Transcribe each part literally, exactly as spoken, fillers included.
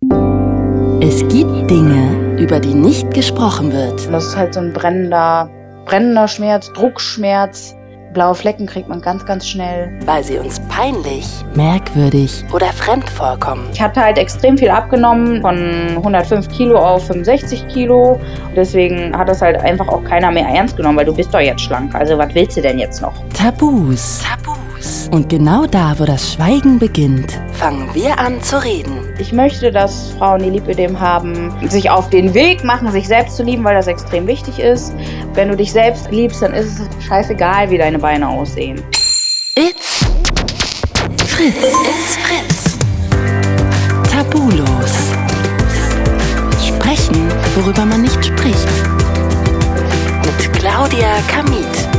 Es gibt Dinge, über die nicht gesprochen wird. Das ist halt so ein brennender, brennender Schmerz, Druckschmerz. Blaue Flecken kriegt man ganz, ganz schnell. Weil sie uns peinlich, merkwürdig oder fremd vorkommen. Ich hatte halt extrem viel abgenommen, von hundertfünf Kilo auf fünfundsechzig Kilo. Deswegen hat das halt einfach auch keiner mehr ernst genommen, weil du bist doch jetzt schlank. Also was willst du denn jetzt noch? Tabus. Tabus. Und genau da, wo das Schweigen beginnt, fangen wir an zu reden. Ich möchte, dass Frauen, die Lipödem haben, sich auf den Weg machen, sich selbst zu lieben, weil das extrem wichtig ist. Wenn du dich selbst liebst, dann ist es scheißegal, wie deine Beine aussehen. It's Fritz. It's Fritz. Tabulos. Sprechen, worüber man nicht spricht. Mit Claudia Kamit.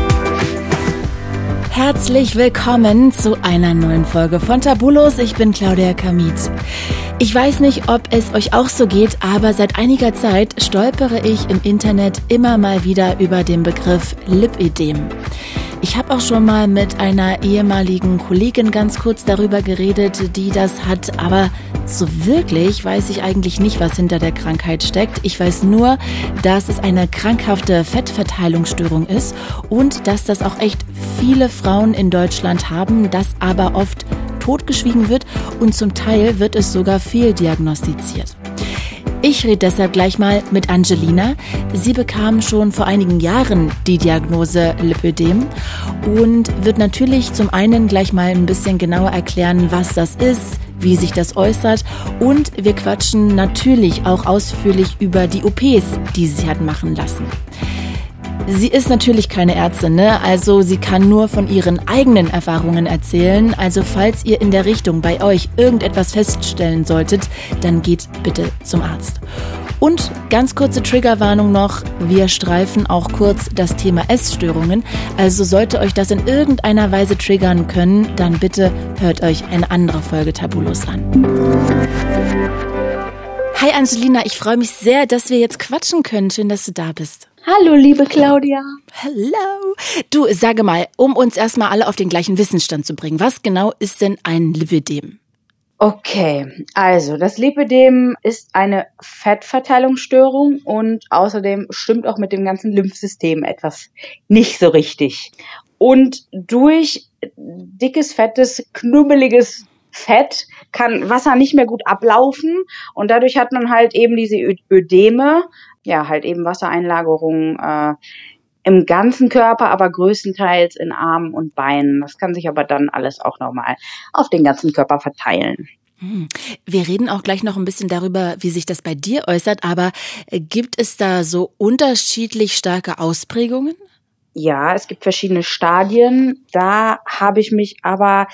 Herzlich willkommen zu einer neuen Folge von Tabulos. Ich bin Claudia Kamit. Ich weiß nicht, ob es euch auch so geht, aber seit einiger Zeit stolpere ich im Internet immer mal wieder über den Begriff Lipödem. Ich habe auch schon mal mit einer ehemaligen Kollegin ganz kurz darüber geredet, die das hat, aber so wirklich weiß ich eigentlich nicht, was hinter der Krankheit steckt. Ich weiß nur, dass es eine krankhafte Fettverteilungsstörung ist und dass das auch echt viele Frauen in Deutschland haben, das aber oft totgeschwiegen wird und zum Teil wird es sogar fehldiagnostiziert. Ich rede deshalb gleich mal mit Angelina. Sie bekam schon vor einigen Jahren die Diagnose Lipödem und wird natürlich zum einen gleich mal ein bisschen genauer erklären, was das ist, wie sich das äußert und wir quatschen natürlich auch ausführlich über die O Ps, die sie hat machen lassen. Sie ist natürlich keine Ärztin, ne? Also sie kann nur von ihren eigenen Erfahrungen erzählen. Also falls ihr in der Richtung bei euch irgendetwas feststellen solltet, dann geht bitte zum Arzt. Und ganz kurze Triggerwarnung noch, wir streifen auch kurz das Thema Essstörungen. Also sollte euch das in irgendeiner Weise triggern können, dann bitte hört euch eine andere Folge Tabulos an. Hi Angelina, ich freue mich sehr, dass wir jetzt quatschen können. Schön, dass du da bist. Hallo, liebe Claudia. Hallo. Du, sage mal, um uns erstmal alle auf den gleichen Wissensstand zu bringen, was genau ist denn ein Lipödem? Okay, also das Lipödem ist eine Fettverteilungsstörung und außerdem stimmt auch mit dem ganzen Lymphsystem etwas nicht so richtig. Und durch dickes, fettes, knubbeliges Fett kann Wasser nicht mehr gut ablaufen und dadurch hat man halt eben diese Ödeme, ja, halt eben Wassereinlagerungen äh, im ganzen Körper, aber größtenteils in Armen und Beinen. Das kann sich aber dann alles auch nochmal auf den ganzen Körper verteilen. Wir reden auch gleich noch ein bisschen darüber, wie sich das bei dir äußert, aber gibt es da so unterschiedlich starke Ausprägungen? Ja, es gibt verschiedene Stadien. Da habe ich mich aber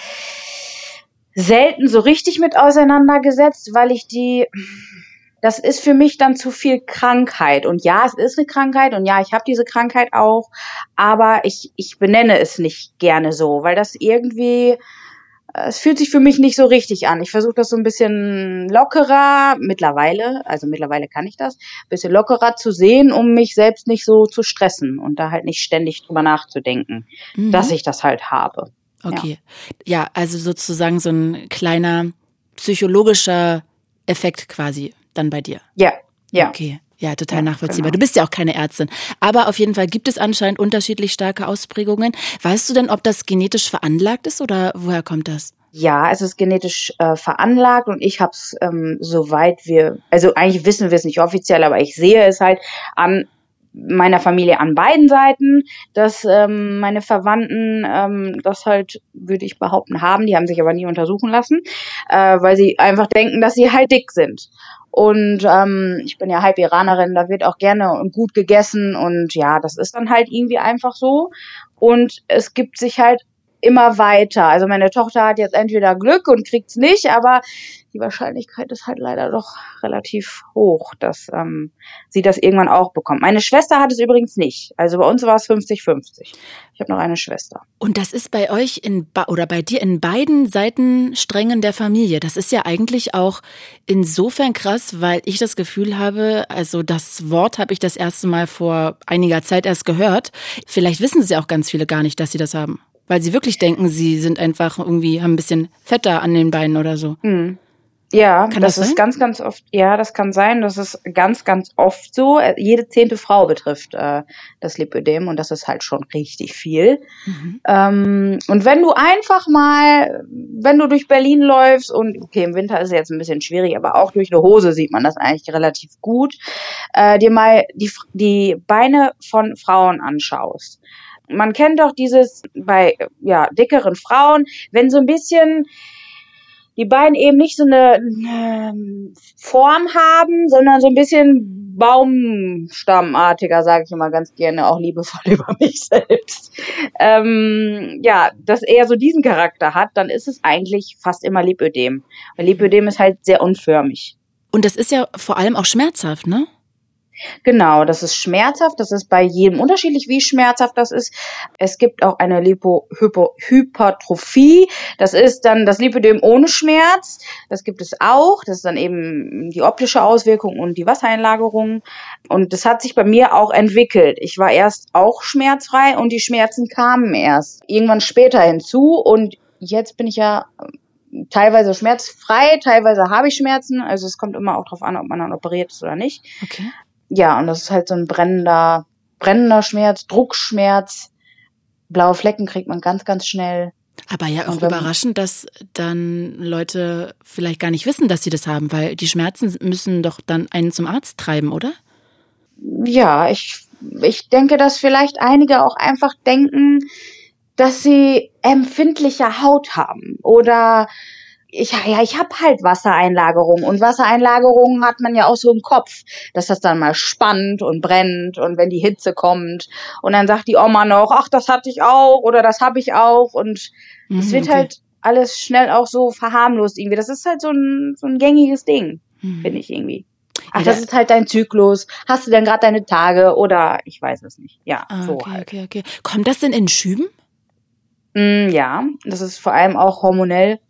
selten so richtig mit auseinandergesetzt, weil ich die... Das ist für mich dann zu viel Krankheit. Und ja, es ist eine Krankheit und ja, ich habe diese Krankheit auch, aber ich ich benenne es nicht gerne so, weil das irgendwie, es fühlt sich für mich nicht so richtig an. Ich versuche das so ein bisschen lockerer, mittlerweile, also mittlerweile kann ich das, ein bisschen lockerer zu sehen, um mich selbst nicht so zu stressen und da halt nicht ständig drüber nachzudenken, mhm. dass ich das halt habe. Okay, ja. ja, also sozusagen so ein kleiner psychologischer Effekt quasi. Dann bei dir? Ja, ja. Okay, ja, total ja, nachvollziehbar. Genau. Du bist ja auch keine Ärztin. Aber auf jeden Fall gibt es anscheinend unterschiedlich starke Ausprägungen. Weißt du denn, ob das genetisch veranlagt ist oder woher kommt das? Ja, es ist genetisch äh, veranlagt und ich habe es, ähm, soweit wir, also eigentlich wissen wir es nicht offiziell, aber ich sehe es halt an meiner Familie an beiden Seiten, dass ähm, meine Verwandten ähm, das halt, würde ich behaupten, haben. Die haben sich aber nie untersuchen lassen, äh, weil sie einfach denken, dass sie halt dick sind. Und ähm, ich bin ja halb Iranerin, da wird auch gerne und gut gegessen und ja, das ist dann halt irgendwie einfach so. Und es gibt sich halt immer weiter. Also meine Tochter hat jetzt entweder Glück und kriegt's nicht, aber die Wahrscheinlichkeit ist halt leider doch relativ hoch, dass ähm, sie das irgendwann auch bekommt. Meine Schwester hat es übrigens nicht. Also bei uns war es fünfzig fünfzig. Ich habe noch eine Schwester. Und das ist bei euch in oder bei dir in beiden Seitensträngen der Familie. Das ist ja eigentlich auch insofern krass, weil ich das Gefühl habe, also das Wort habe ich das erste Mal vor einiger Zeit erst gehört. Vielleicht wissen es ja auch ganz viele gar nicht, dass sie das haben. Weil sie wirklich denken, sie sind einfach irgendwie, haben ein bisschen fetter an den Beinen oder so. Mhm. Ja, Kann das, das ist sein? ganz, ganz oft, ja, das kann sein. Das ist ganz, ganz oft so. Jede zehnte Frau betrifft äh, das Lipödem und das ist halt schon richtig viel. Mhm. Ähm, und wenn du einfach mal, wenn du durch Berlin läufst und, okay, im Winter ist es jetzt ein bisschen schwierig, aber auch durch eine Hose sieht man das eigentlich relativ gut, äh, dir mal die, die Beine von Frauen anschaust. Man kennt doch dieses bei, ja, dickeren Frauen, wenn so ein bisschen die Beine eben nicht so eine ähm, Form haben, sondern so ein bisschen baumstammartiger, sage ich immer ganz gerne, auch liebevoll über mich selbst. Ähm, ja, das eher so diesen Charakter hat, dann ist es eigentlich fast immer Lipödem. Weil Lipödem ist halt sehr unförmig. Und das ist ja vor allem auch schmerzhaft, ne? Genau, das ist schmerzhaft. Das ist bei jedem unterschiedlich, wie schmerzhaft das ist. Es gibt auch eine Lipohypertrophie. Das ist dann das Lipödem ohne Schmerz. Das gibt es auch. Das ist dann eben die optische Auswirkung und die Wassereinlagerung. Und das hat sich bei mir auch entwickelt. Ich war erst auch schmerzfrei und die Schmerzen kamen erst irgendwann später hinzu. Und jetzt bin ich ja teilweise schmerzfrei, teilweise habe ich Schmerzen. Also es kommt immer auch drauf an, ob man dann operiert ist oder nicht. Okay. Ja, und das ist halt so ein brennender, brennender Schmerz, Druckschmerz. Blaue Flecken kriegt man ganz, ganz schnell. Aber ja auch Und wenn- überraschend, dass dann Leute vielleicht gar nicht wissen, dass sie das haben, weil die Schmerzen müssen doch dann einen zum Arzt treiben, oder? Ja, ich, ich denke, dass vielleicht einige auch einfach denken, dass sie empfindliche Haut haben oder ich, ja, ich habe halt Wassereinlagerung und Wassereinlagerungen hat man ja auch so im Kopf, dass das dann mal spannt und brennt und wenn die Hitze kommt und dann sagt die Oma noch, ach, das hatte ich auch oder das habe ich auch und es Mhm, wird okay. halt alles schnell auch so verharmlost irgendwie. Das ist halt so ein, so ein gängiges Ding, Mhm. finde ich irgendwie. Ach, Ja, das da- ist halt dein Zyklus. Hast du denn gerade deine Tage oder ich weiß es nicht. Ja, Ah, so okay, halt. okay, okay. Kommt das denn in Schüben? Mm, ja, das ist vor allem auch hormonell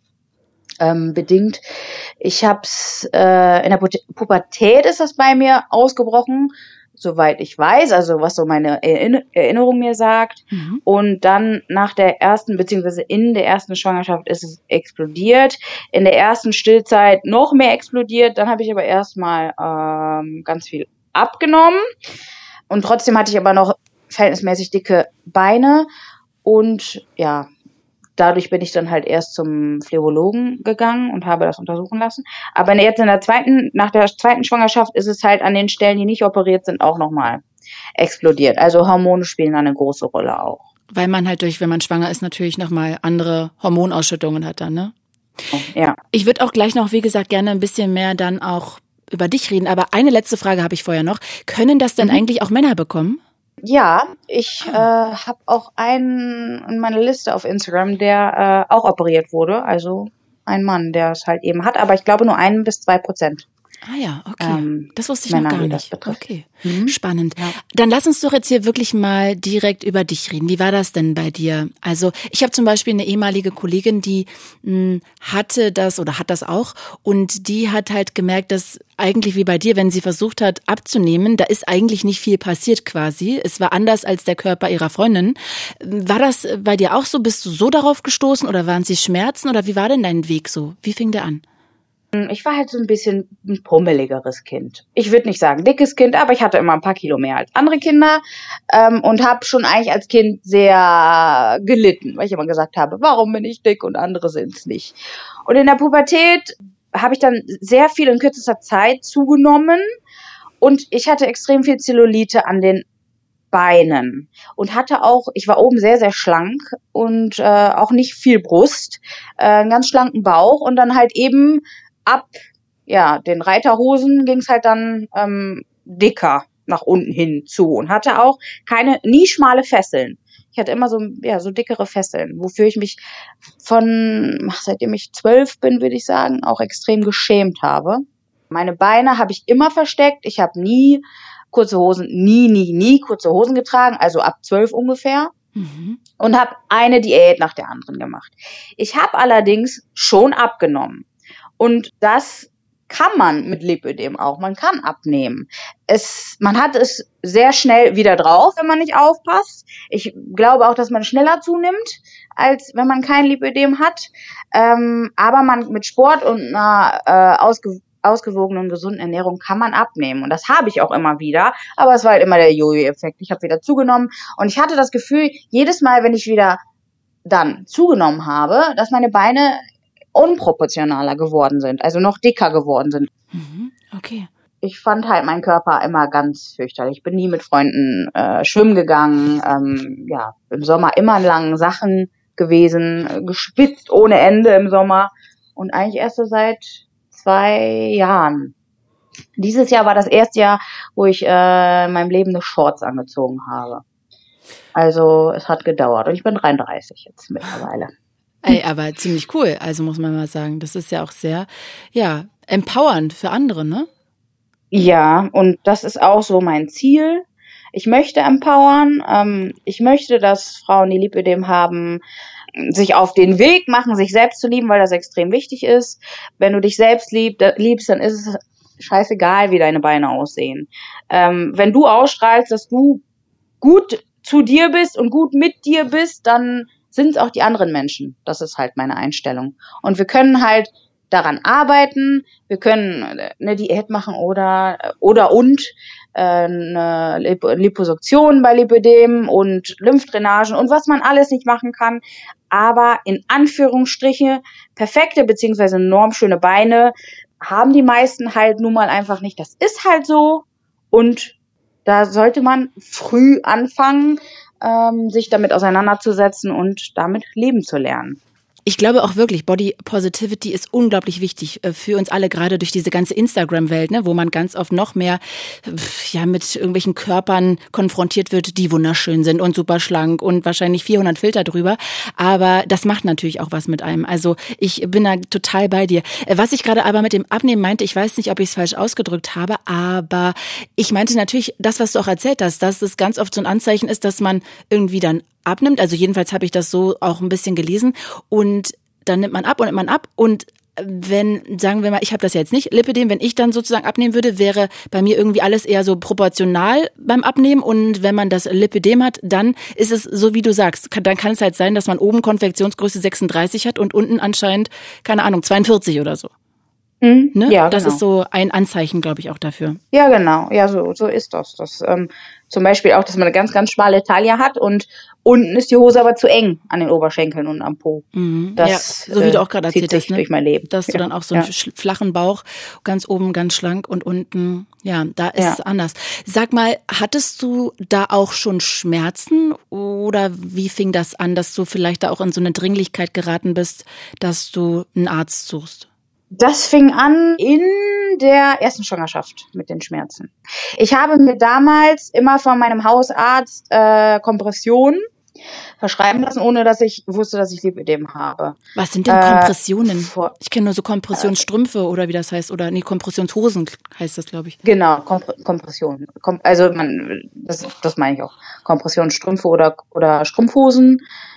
ähm, bedingt. Ich hab's äh, in der Pu- Pubertät ist das bei mir ausgebrochen, soweit ich weiß, also was so meine Erinner- Erinnerung mir sagt. Mhm. Und dann nach der ersten, beziehungsweise in der ersten Schwangerschaft ist es explodiert. In der ersten Stillzeit noch mehr explodiert. Dann habe ich aber erstmal ähm, ganz viel abgenommen. Und trotzdem hatte ich aber noch verhältnismäßig dicke Beine. Und ja, dadurch bin ich dann halt erst zum Phlebologen gegangen und habe das untersuchen lassen. Aber jetzt in der zweiten, nach der zweiten Schwangerschaft ist es halt an den Stellen, die nicht operiert sind, auch nochmal explodiert. Also Hormone spielen da eine große Rolle auch. Weil man halt durch, wenn man schwanger ist, natürlich nochmal andere Hormonausschüttungen hat dann, ne? Ja. Ich würde auch gleich noch, wie gesagt, gerne ein bisschen mehr dann auch über dich reden. Aber eine letzte Frage habe ich vorher noch. Können das denn Mhm. eigentlich auch Männer bekommen? Ja, ich äh, habe auch einen in meiner Liste auf Instagram, der äh, auch operiert wurde. Also ein Mann, der es halt eben hat. Aber ich glaube nur ein bis zwei Prozent. Ah ja, okay. Ähm, das wusste ich Männer, noch gar die das nicht. betrifft. Okay, Mhm. spannend. Ja. Dann lass uns doch jetzt hier wirklich mal direkt über dich reden. Wie war das denn bei dir? Also ich habe zum Beispiel eine ehemalige Kollegin, die mh, hatte das oder hat das auch und die hat halt gemerkt, dass eigentlich wie bei dir, wenn sie versucht hat abzunehmen, da ist eigentlich nicht viel passiert quasi. Es war anders als der Körper ihrer Freundin. War das bei dir auch so? Bist du so darauf gestoßen oder waren sie Schmerzen oder wie war denn dein Weg so? Wie fing der an? Ich war halt so ein bisschen ein pummeligeres Kind. Ich würde nicht sagen dickes Kind, aber ich hatte immer ein paar Kilo mehr als andere Kinder ähm, und habe schon eigentlich als Kind sehr gelitten, weil ich immer gesagt habe, warum bin ich dick und andere sind's nicht. Und in der Pubertät habe ich dann sehr viel in kürzester Zeit zugenommen und ich hatte extrem viel Zellulite an den Beinen und hatte auch, ich war oben sehr, sehr schlank und äh, auch nicht viel Brust, äh, einen ganz schlanken Bauch und dann halt eben ab ja den Reiterhosen ging's halt dann ähm, dicker nach unten hin zu und hatte auch keine, nie schmale Fesseln. Ich hatte immer so, ja, so dickere Fesseln, wofür ich mich von, ach, seitdem ich zwölf bin, würde ich sagen, auch extrem geschämt habe. Meine Beine habe ich immer versteckt. Ich habe nie kurze Hosen, nie, nie, nie kurze Hosen getragen, also ab zwölf ungefähr. Mhm. Und habe eine Diät nach der anderen gemacht. Ich habe allerdings schon abgenommen. Und das kann man mit Lipödem auch. Man kann abnehmen. Es, man hat es sehr schnell wieder drauf, wenn man nicht aufpasst. Ich glaube auch, dass man schneller zunimmt. als wenn man kein Lipödem hat. Ähm, aber man mit Sport und einer äh, ausge ausgewogenen, gesunden Ernährung kann man abnehmen. Und das habe ich auch immer wieder. Aber es war halt immer der Jojo-Effekt. Ich habe wieder zugenommen. Und ich hatte das Gefühl, jedes Mal, wenn ich wieder dann zugenommen habe, dass meine Beine unproportionaler geworden sind. Also noch dicker geworden sind. Mhm, okay. Ich fand halt meinen Körper immer ganz fürchterlich. Ich bin nie mit Freunden äh, schwimmen gegangen. Ähm, ja, im Sommer immer in langen Sachen gewesen. Äh, gespitzt ohne Ende im Sommer. Und eigentlich erst so seit zwei Jahren. Dieses Jahr war das erste Jahr, wo ich äh, in meinem Leben eine Shorts angezogen habe. Also es hat gedauert. Und ich bin dreiunddreißig jetzt mittlerweile. Ey, aber ziemlich cool. Also muss man mal sagen, das ist ja auch sehr, ja, empowernd für andere, ne? Ja, und das ist auch so mein Ziel. Ich möchte empowern. Ähm, ich möchte, dass Frauen, die Lipödem haben, sich auf den Weg machen, sich selbst zu lieben, weil das extrem wichtig ist. Wenn du dich selbst lieb, liebst, dann ist es scheißegal, wie deine Beine aussehen. Ähm, wenn du ausstrahlst, dass du gut zu dir bist und gut mit dir bist, dann sind es auch die anderen Menschen. Das ist halt meine Einstellung. Und wir können halt daran arbeiten, wir können eine Diät machen oder oder und äh, eine Lip- Liposuktion bei Lipödem und Lymphdrainagen und was man alles nicht machen kann. Aber in Anführungsstriche perfekte beziehungsweise normschöne Beine haben die meisten halt nun mal einfach nicht. Das ist halt so und da sollte man früh anfangen, ähm, sich damit auseinanderzusetzen und damit leben zu lernen. Ich glaube auch wirklich, Body Positivity ist unglaublich wichtig für uns alle, gerade durch diese ganze Instagram-Welt, ne, wo man ganz oft noch mehr ja mit irgendwelchen Körpern konfrontiert wird, die wunderschön sind und super schlank und wahrscheinlich vierhundert Filter drüber. Aber das macht natürlich auch was mit einem. Also ich bin da total bei dir. Was ich gerade aber mit dem Abnehmen meinte, ich weiß nicht, ob ich es falsch ausgedrückt habe, aber ich meinte natürlich das, was du auch erzählt hast, dass es ganz oft so ein Anzeichen ist, dass man irgendwie dann abnimmt. Also jedenfalls habe ich das so auch ein bisschen gelesen. Und dann nimmt man ab und nimmt man ab. Und wenn, sagen wir mal, ich habe das jetzt nicht, Lipödem, wenn ich dann sozusagen abnehmen würde, wäre bei mir irgendwie alles eher so proportional beim Abnehmen. Und wenn man das Lipödem hat, dann ist es so, wie du sagst. Dann kann es halt sein, dass man oben Konfektionsgröße sechsunddreißig hat und unten anscheinend, keine Ahnung, zweiundvierzig oder so. Mhm. Ne? Ja, das genau. ist so ein Anzeichen, glaube ich, auch dafür. Ja, genau. Ja, so so ist das. Das ähm, zum Beispiel auch, dass man eine ganz, ganz schmale Taille hat und unten ist die Hose aber zu eng an den Oberschenkeln und am Po. Mhm. Das, ja, so wie du auch äh, gerade erzählt hast, ne? durch mein Leben. Dass du ja. dann auch so einen ja. flachen Bauch, ganz oben ganz schlank und unten, ja, da ist ja. es anders. Sag mal, hattest du da auch schon Schmerzen oder wie fing das an, dass du vielleicht da auch in so eine Dringlichkeit geraten bist, dass du einen Arzt suchst? Das fing an in der ersten Schwangerschaft mit den Schmerzen. Ich habe mir damals immer von meinem Hausarzt äh, Kompressionen verschreiben lassen, ohne dass ich wusste, dass ich Lipödem habe. Was sind denn Kompressionen? Äh, vor, ich kenne nur so Kompressionsstrümpfe oder wie das heißt. Oder nee, Kompressionshosen heißt das, glaube ich. Genau, Komp- Kompression. Kom- also man, das, das meine ich auch. Kompressionsstrümpfe oder, oder Strumpfhosen.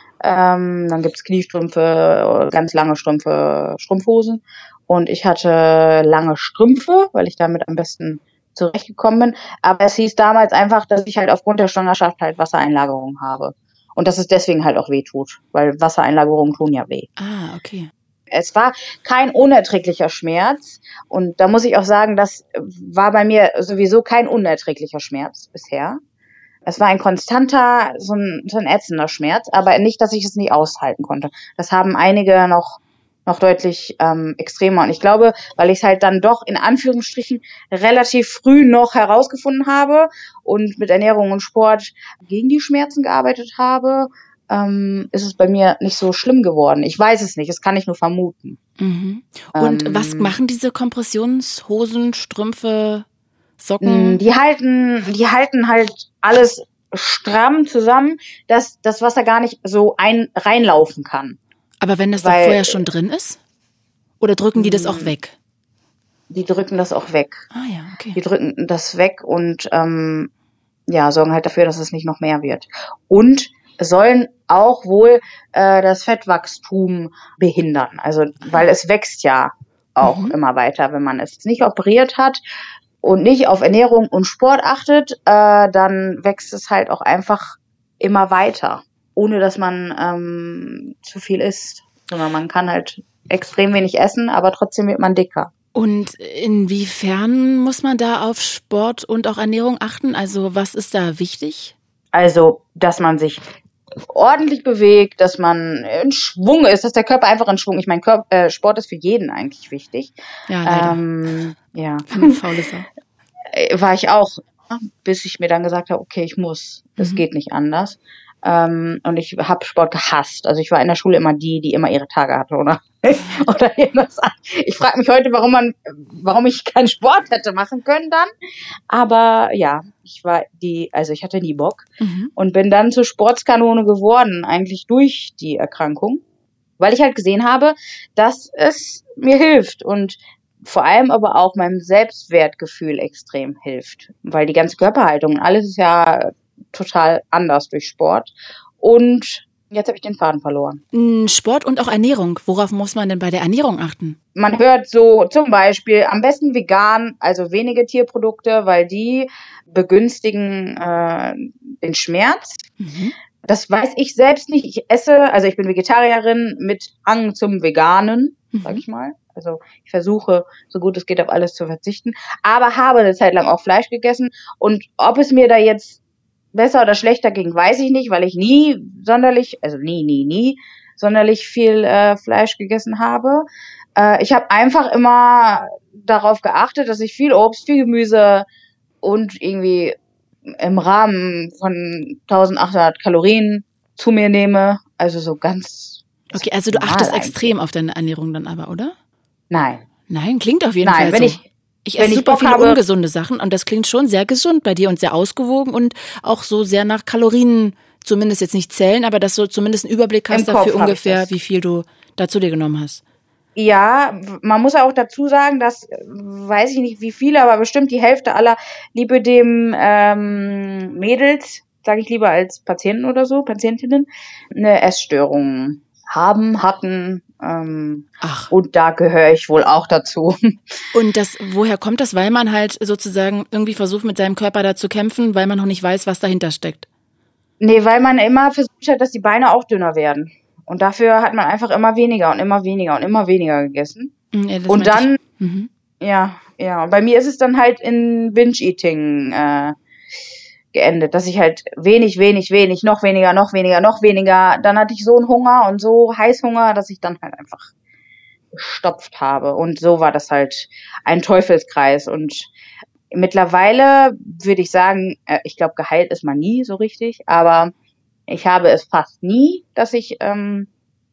Ähm, dann gibt's Kniestrümpfe, ganz lange Strümpfe, Strumpfhosen. Und ich hatte lange Strümpfe, weil ich damit am besten zurechtgekommen bin. Aber es hieß damals einfach, dass ich halt aufgrund der Schwangerschaft halt Wassereinlagerungen habe. Und dass es deswegen halt auch weh tut, weil Wassereinlagerungen tun ja weh. Ah, okay. Es war kein unerträglicher Schmerz. Und da muss ich auch sagen, das war bei mir sowieso kein unerträglicher Schmerz bisher. Es war ein konstanter, so ein, so ein ätzender Schmerz, aber nicht, dass ich es nicht aushalten konnte. Das haben einige noch noch deutlich ähm, extremer. Und ich glaube, weil ich es halt dann doch in Anführungsstrichen relativ früh noch herausgefunden habe und mit Ernährung und Sport gegen die Schmerzen gearbeitet habe, ähm, ist es bei mir nicht so schlimm geworden. Ich weiß es nicht, das kann ich nur vermuten. Mhm. Und ähm, was machen diese Kompressionshosen, Strümpfe, Socken? Die halten, die halten halt alles stramm zusammen, dass das Wasser gar nicht so ein reinlaufen kann. Aber wenn das Weil, doch vorher schon drin ist? Oder drücken die das auch weg? Die drücken das auch weg. Ah ja, okay. Die drücken das weg und ähm, ja, sorgen halt dafür, dass es nicht noch mehr wird. Und sollen auch wohl äh, das Fettwachstum behindern. Also, weil es wächst ja auch mhm. immer weiter. Wenn man es nicht operiert hat und nicht auf Ernährung und Sport achtet, äh, dann wächst es halt auch einfach immer weiter. ohne dass man ähm, zu viel isst. Sondern man kann halt extrem wenig essen, aber trotzdem wird man dicker. Und inwiefern muss man da auf Sport und auch Ernährung achten? Also was ist da wichtig? Also, dass man sich ordentlich bewegt, dass man in Schwung ist, dass der Körper einfach in Schwung ist. Ich meine, Körper, äh, Sport ist für jeden eigentlich wichtig. Ja, leider. Ähm, ja. Eine faule Sau. War ich auch, bis ich mir dann gesagt habe, okay, ich muss. Das mhm. geht nicht anders. Ähm, und ich habe Sport gehasst. Also ich war in der Schule immer die, die immer ihre Tage hatte, oder? oder irgendwas. Ich frage mich heute, warum man, warum ich keinen Sport hätte machen können dann. Aber ja, ich war die, also ich hatte nie Bock mhm. und bin dann zur Sportskanone geworden, eigentlich durch die Erkrankung, weil ich halt gesehen habe, dass es mir hilft und vor allem aber auch meinem Selbstwertgefühl extrem hilft, weil die ganze Körperhaltung, alles ist ja total anders durch Sport. Und jetzt habe ich den Faden verloren. Sport und auch Ernährung. Worauf muss man denn bei der Ernährung achten? Man hört so zum Beispiel am besten vegan, also wenige Tierprodukte, weil die begünstigen äh, den Schmerz. Mhm. Das weiß ich selbst nicht. Ich esse, also ich bin Vegetarierin mit Hang zum Veganen, mhm. sag ich mal. Also ich versuche, so gut es geht, auf alles zu verzichten. Aber habe eine Zeit lang auch Fleisch gegessen. Und ob es mir da jetzt besser oder schlechter ging, weiß ich nicht, weil ich nie sonderlich, also nie, nie, nie sonderlich viel äh, Fleisch gegessen habe. Äh, ich habe einfach immer darauf geachtet, dass ich viel Obst, viel Gemüse und irgendwie im Rahmen von eintausendachthundert Kalorien zu mir nehme. Also so ganz Okay, also du achtest eigentlich extrem auf deine Ernährung dann aber, oder? Nein. Nein, klingt auf jeden Nein, Fall wenn so. Ich, ich esse wenn super ich viele habe, ungesunde Sachen und das klingt schon sehr gesund bei dir und sehr ausgewogen und auch so sehr nach Kalorien, zumindest jetzt nicht zählen, aber dass du zumindest einen Überblick hast dafür ungefähr, wie viel du da zu dir genommen hast. Ja, man muss auch dazu sagen, dass, weiß ich nicht wie viele, aber bestimmt die Hälfte aller Lipödem ähm, Mädels, sage ich lieber als Patienten oder so, Patientinnen, eine Essstörung haben, hatten. Ähm, Ach. Und da gehöre ich wohl auch dazu. Und das, woher kommt das? Weil man halt sozusagen irgendwie versucht, mit seinem Körper da zu kämpfen, weil man noch nicht weiß, was dahinter steckt? Nee, weil man immer versucht hat, dass die Beine auch dünner werden. Und dafür hat man einfach immer weniger und immer weniger und immer weniger gegessen. Ja, und dann, mhm. ja, ja, und bei mir ist es dann halt in Binge-Eating äh, geendet, dass ich halt wenig, wenig, wenig, noch weniger, noch weniger, noch weniger. Dann hatte ich so einen Hunger und so Heißhunger, dass ich dann halt einfach gestopft habe. Und so war das halt ein Teufelskreis. Und mittlerweile würde ich sagen, ich glaube, geheilt ist man nie so richtig, aber ich habe es fast nie, dass ich ähm,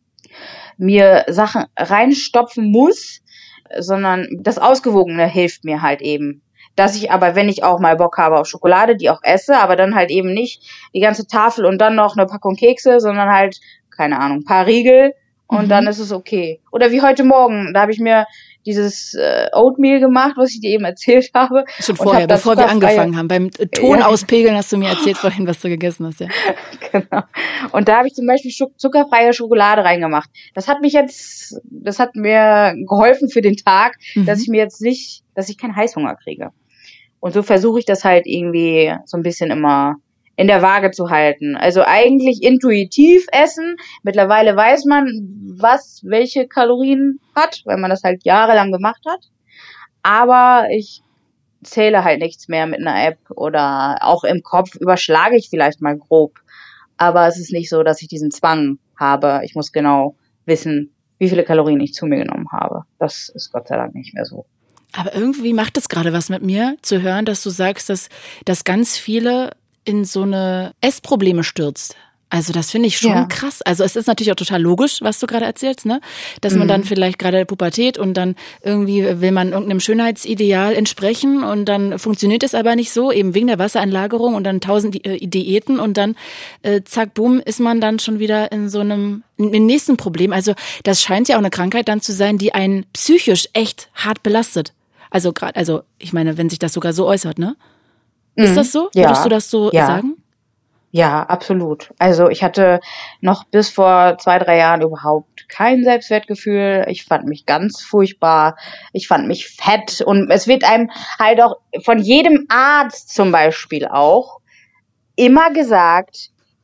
mir Sachen reinstopfen muss, sondern das Ausgewogene hilft mir halt eben. Dass ich aber, wenn ich auch mal Bock habe auf Schokolade, die auch esse, aber dann halt eben nicht die ganze Tafel und dann noch eine Packung Kekse, sondern halt, keine Ahnung, ein paar Riegel und mhm. dann ist es okay. Oder wie heute Morgen, da habe ich mir dieses äh, Oatmeal gemacht, was ich dir eben erzählt habe. Schon vorher, bevor wir angefangen haben. Beim Ton auspegeln hast du mir erzählt vorhin, was du gegessen hast, ja. Genau. Und da habe ich zum Beispiel zuckerfreie Schokolade reingemacht. Das hat mich jetzt, das hat mir geholfen für den Tag, mhm. dass ich mir jetzt nicht, dass ich keinen Heißhunger kriege. Und so versuche ich das halt irgendwie so ein bisschen immer in der Waage zu halten. Also eigentlich intuitiv essen. Mittlerweile weiß man, was welche Kalorien hat, weil man das halt jahrelang gemacht hat. Aber ich zähle halt nichts mehr mit einer App oder auch im Kopf überschlage ich vielleicht mal grob. Aber es ist nicht so, dass ich diesen Zwang habe. Ich muss genau wissen, wie viele Kalorien ich zu mir genommen habe. Das ist Gott sei Dank nicht mehr so. Aber irgendwie macht es gerade was mit mir, zu hören, dass du sagst, dass, dass ganz viele in so eine Essprobleme stürzt. Also das finde ich schon ja. krass. Also es ist natürlich auch total logisch, was du gerade erzählst, ne? Dass man mhm. dann vielleicht gerade Pubertät und dann irgendwie will man irgendeinem Schönheitsideal entsprechen und dann funktioniert es aber nicht so, eben wegen der Wassereinlagerung und dann tausend Di- äh, Diäten und dann äh, zack, bumm, ist man dann schon wieder in so einem im nächsten Problem. Also das scheint ja auch eine Krankheit dann zu sein, die einen psychisch echt hart belastet. Also gerade, also ich meine, wenn sich das sogar so äußert, ne? Mhm. Ist das so? Ja. Würdest du das so ja. sagen? Ja, absolut. Also ich hatte noch bis vor zwei, drei Jahren überhaupt kein Selbstwertgefühl. Ich fand mich ganz furchtbar. Ich fand mich fett. Und es wird einem halt auch von jedem Arzt zum Beispiel auch immer gesagt,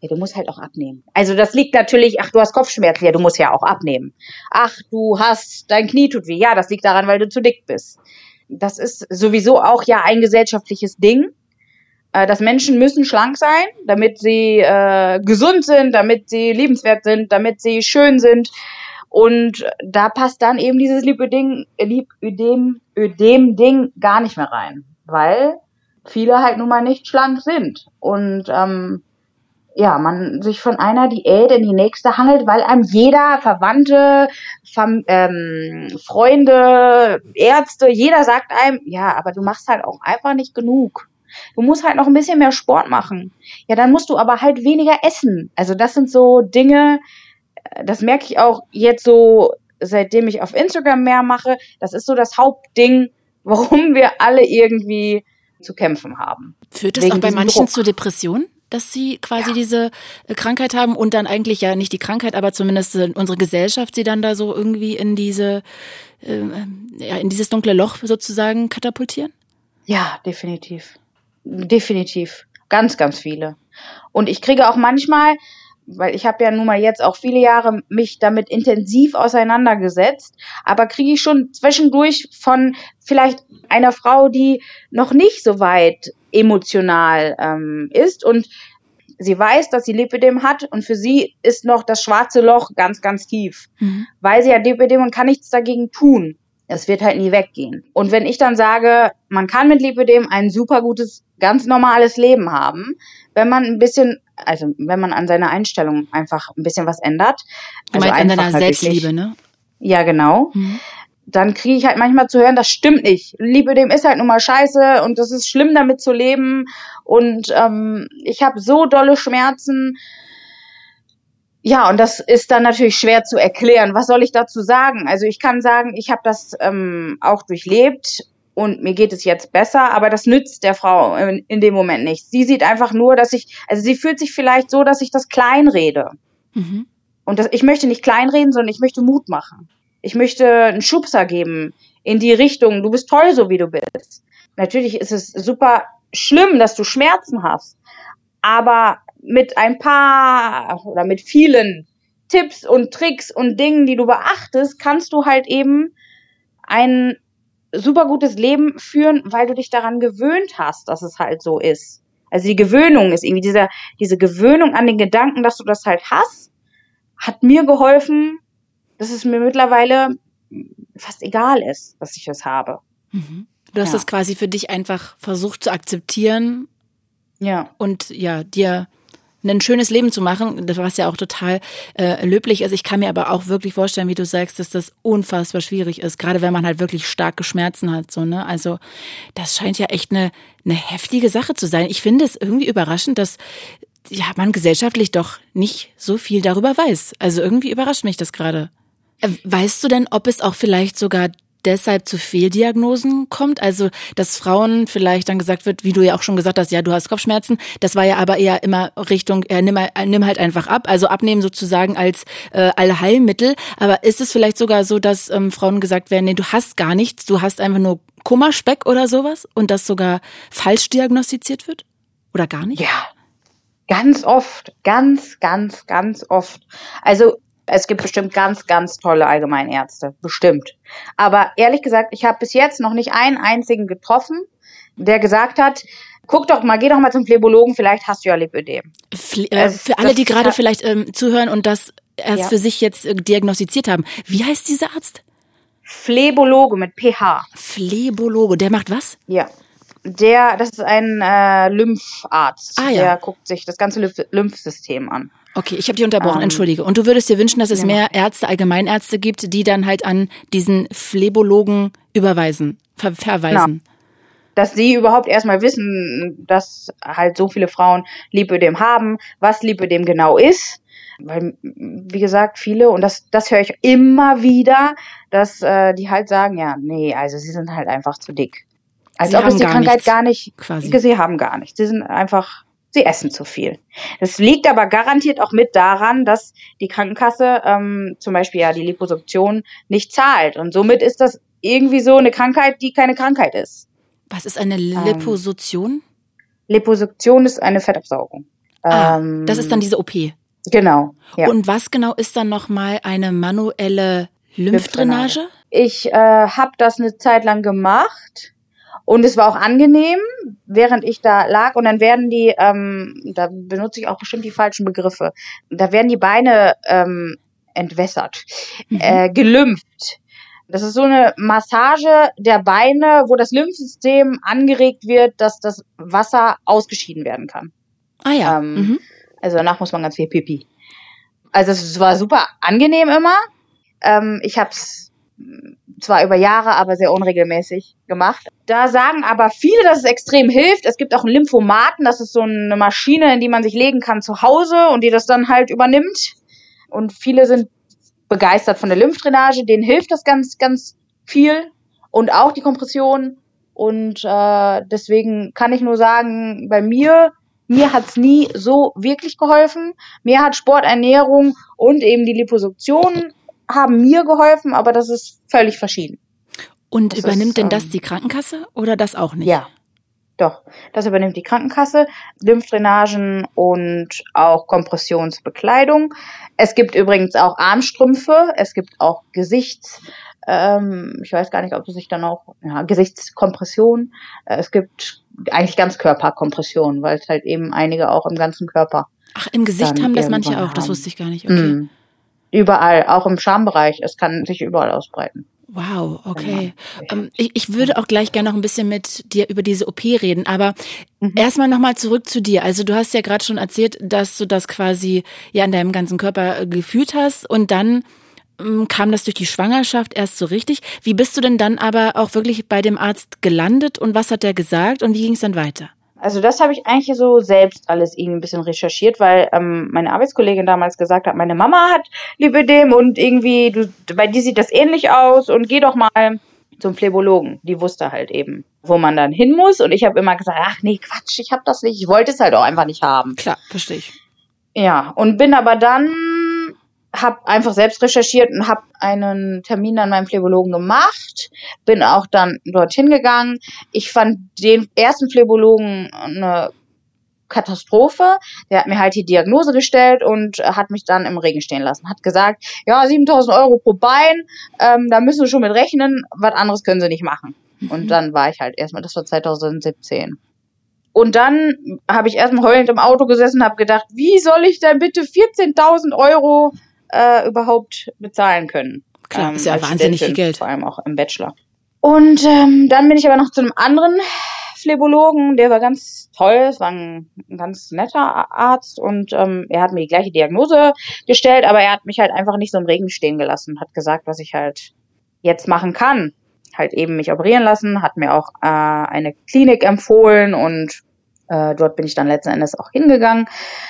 Ja, du musst halt auch abnehmen. Also das liegt natürlich, ach, du hast Kopfschmerzen, ja, du musst ja auch abnehmen. Ach, du hast, dein Knie tut weh, ja, das liegt daran, weil du zu dick bist. Das ist sowieso auch ja ein gesellschaftliches Ding, äh, dass Menschen müssen schlank sein, damit sie äh, gesund sind, damit sie liebenswert sind, damit sie schön sind. Und da passt dann eben dieses Lipödem, Lipödem, Ödem-Ding gar nicht mehr rein, weil viele halt nun mal nicht schlank sind. Und ähm, ja, man sich von einer Diät in die nächste hangelt, weil einem jeder, Verwandte, Fam- ähm, Freunde, Ärzte, jeder sagt einem, ja, aber du machst halt auch einfach nicht genug. Du musst halt noch ein bisschen mehr Sport machen. Ja, dann musst du aber halt weniger essen. Also das sind so Dinge, das merke ich auch jetzt so, seitdem ich auf Instagram mehr mache. Das ist so das Hauptding, warum wir alle irgendwie zu kämpfen haben. Führt es auch bei manchen Druck zu Depressionen, dass sie quasi ja. diese Krankheit haben und dann eigentlich ja nicht die Krankheit, aber zumindest unsere Gesellschaft sie dann da so irgendwie in diese, äh, ja, in dieses dunkle Loch sozusagen katapultieren? Ja, definitiv. Definitiv. Ganz, ganz viele. Und ich kriege auch manchmal, weil ich habe ja nun mal jetzt auch viele Jahre mich damit intensiv auseinandergesetzt, aber kriege ich schon zwischendurch von vielleicht einer Frau, die noch nicht so weit emotional ähm, ist und sie weiß, dass sie Lipödem hat und für sie ist noch das schwarze Loch ganz, ganz tief, mhm. weil sie hat Lipödem und kann nichts dagegen tun. Es wird halt nie weggehen. Und wenn ich dann sage, man kann mit Lipödem ein super gutes, ganz normales Leben haben, wenn man ein bisschen, also wenn man an seiner Einstellung einfach ein bisschen was ändert. Du also meinst an deiner Selbstliebe, ne? Ja, genau. Mhm. Dann kriege ich halt manchmal zu hören, das stimmt nicht. Lipödem ist halt nun mal scheiße und es ist schlimm, damit zu leben. Und ähm, ich habe so dolle Schmerzen. Ja, und das ist dann natürlich schwer zu erklären. Was soll ich dazu sagen? Also ich kann sagen, ich habe das ähm, auch durchlebt und mir geht es jetzt besser, aber das nützt der Frau in, in dem Moment nicht. Sie sieht einfach nur, dass ich, also sie fühlt sich vielleicht so, dass ich das kleinrede. Mhm. Und das, ich möchte nicht kleinreden, sondern ich möchte Mut machen. Ich möchte einen Schubser geben in die Richtung, du bist toll, so wie du bist. Natürlich ist es super schlimm, dass du Schmerzen hast, aber mit ein paar oder mit vielen Tipps und Tricks und Dingen, die du beachtest, kannst du halt eben ein super gutes Leben führen, weil du dich daran gewöhnt hast, dass es halt so ist. Also die Gewöhnung ist irgendwie dieser, diese Gewöhnung an den Gedanken, dass du das halt hast, hat mir geholfen, dass es mir mittlerweile fast egal ist, dass ich das habe. Mhm. Du hast ja. das quasi für dich einfach versucht zu akzeptieren. Ja. Und ja, dir ein schönes Leben zu machen, was ja auch total äh, löblich ist. Ich kann mir aber auch wirklich vorstellen, wie du sagst, dass das unfassbar schwierig ist, gerade wenn man halt wirklich starke Schmerzen hat. So, ne? Also das scheint ja echt eine, eine heftige Sache zu sein. Ich finde es irgendwie überraschend, dass ja, man gesellschaftlich doch nicht so viel darüber weiß. Also irgendwie überrascht mich das gerade. Weißt du denn, ob es auch vielleicht sogar deshalb zu Fehldiagnosen kommt? Also, dass Frauen vielleicht dann gesagt wird, wie du ja auch schon gesagt hast, ja, du hast Kopfschmerzen. Das war ja aber eher immer Richtung, äh, nimm, nimm halt einfach ab. Also abnehmen sozusagen als äh, Allheilmittel. Aber ist es vielleicht sogar so, dass ähm, Frauen gesagt werden, nee, du hast gar nichts, du hast einfach nur Kummerspeck oder sowas und das sogar falsch diagnostiziert wird? Oder gar nicht? Ja, ganz oft. Ganz, ganz, ganz oft. Also es gibt bestimmt ganz, ganz tolle Allgemeinärzte. Bestimmt. Aber ehrlich gesagt, ich habe bis jetzt noch nicht einen einzigen getroffen, der gesagt hat, guck doch mal, geh doch mal zum Phlebologen, vielleicht hast du ja Lipödem. Fle- äh, für alle, die gerade vielleicht ähm, zuhören und das erst ja. für sich jetzt äh, diagnostiziert haben. Wie heißt dieser Arzt? Phlebologe mit P H. Phlebologe, der macht was? Ja. Der, das ist ein äh, Lympharzt. Ah, ja. Der guckt sich das ganze Lymph- Lymphsystem an. Okay, ich habe dich unterbrochen, um, entschuldige. Und du würdest dir wünschen, dass es ja. mehr Ärzte, Allgemeinärzte gibt, die dann halt an diesen Phlebologen überweisen, ver- verweisen. Genau. Dass sie überhaupt erstmal wissen, dass halt so viele Frauen Lipödem haben, was Lipödem genau ist. Weil, wie gesagt, viele, und das das höre ich immer wieder, dass äh, die halt sagen, ja, nee, also sie sind halt einfach zu dick. Als sie ob es die Krankheit nichts, gar nicht, quasi. Sie haben gar nichts. Sie sind einfach, sie essen zu viel. Das liegt aber garantiert auch mit daran, dass die Krankenkasse ähm, zum Beispiel ja die Liposuktion nicht zahlt. Und somit ist das irgendwie so eine Krankheit, die keine Krankheit ist. Was ist eine Liposuktion? Ähm, Liposuktion ist eine Fettabsaugung. Ah, Ähm, das ist dann diese O P. Genau, ja. Und was genau ist dann nochmal eine manuelle Lymphdrainage? Ich äh, habe das eine Zeit lang gemacht und es war auch angenehm, während ich da lag. Und dann werden die, ähm, da benutze ich auch bestimmt die falschen Begriffe, da werden die Beine ähm, entwässert, mhm. äh, gelümpft. Das ist so eine Massage der Beine, wo das Lymphsystem angeregt wird, dass das Wasser ausgeschieden werden kann. Ah ja. Ähm, mhm. Also danach muss man ganz viel Pipi. Also es war super angenehm immer. Ähm, ich habe es zwar über Jahre, aber sehr unregelmäßig gemacht. Da sagen aber viele, dass es extrem hilft. Es gibt auch einen Lymphomaten, das ist so eine Maschine, in die man sich legen kann zu Hause und die das dann halt übernimmt. Und viele sind begeistert von der Lymphdrainage, denen hilft das ganz, ganz viel und auch die Kompression. Und äh, deswegen kann ich nur sagen, bei mir, mir hat's nie so wirklich geholfen. Mir hat Sporternährung und eben die Liposuktion haben mir geholfen, aber das ist völlig verschieden. Und das übernimmt ist, denn ähm, das die Krankenkasse oder das auch nicht? Ja, doch. Das übernimmt die Krankenkasse, Lymphdrainagen und auch Kompressionsbekleidung. Es gibt übrigens auch Armstrümpfe, es gibt auch Gesichts, ähm, ich weiß gar nicht, ob es sich dann auch, ja, Gesichtskompression, äh, es gibt eigentlich Ganzkörperkompression, weil es halt eben einige auch im ganzen Körper. Ach, im Gesicht haben das manche auch, haben. das wusste ich gar nicht, okay. Mm. Überall, auch im Schambereich, es kann sich überall ausbreiten. Wow, okay. Ähm, ich, ich würde auch gleich gerne noch ein bisschen mit dir über diese O P reden, aber mhm. erstmal nochmal zurück zu dir. Also du hast ja gerade schon erzählt, dass du das quasi ja in deinem ganzen Körper äh, gefühlt hast und dann ähm, kam das durch die Schwangerschaft erst so richtig. Wie bist du denn dann aber auch wirklich bei dem Arzt gelandet und was hat der gesagt und wie ging es dann weiter? Also das habe ich eigentlich so selbst alles irgendwie ein bisschen recherchiert, weil ähm, meine Arbeitskollegin damals gesagt hat, meine Mama hat Lipödem und irgendwie, du, bei dir sieht das ähnlich aus und geh doch mal zum Phlebologen. Die wusste halt eben, wo man dann hin muss und ich habe immer gesagt, ach nee, Quatsch, ich habe das nicht, ich wollte es halt auch einfach nicht haben. Klar, verstehe ich. Ja, und bin aber dann, habe einfach selbst recherchiert und habe einen Termin an meinem Phlebologen gemacht, bin auch dann dorthin gegangen. Ich fand den ersten Phlebologen eine Katastrophe. Der hat mir halt die Diagnose gestellt und hat mich dann im Regen stehen lassen. Hat gesagt, ja, siebentausend Euro pro Bein, ähm, da müssen Sie schon mit rechnen, was anderes können Sie nicht machen. Mhm. Und dann war ich halt erstmal, das war zweitausendsiebzehn. Und dann habe ich erstmal heulend im Auto gesessen und habe gedacht, wie soll ich denn bitte vierzehntausend Euro Äh, überhaupt bezahlen können. Klar, ähm, ist ja wahnsinnig viel Geld. Vor allem auch im Bachelor. Und ähm, dann bin ich aber noch zu einem anderen Phlebologen, der war ganz toll, es war ein, ein ganz netter Arzt und ähm, er hat mir die gleiche Diagnose gestellt, aber er hat mich halt einfach nicht so im Regen stehen gelassen, hat gesagt, was ich halt jetzt machen kann. Halt eben mich operieren lassen, hat mir auch äh, eine Klinik empfohlen und äh, dort bin ich dann letzten Endes auch hingegangen.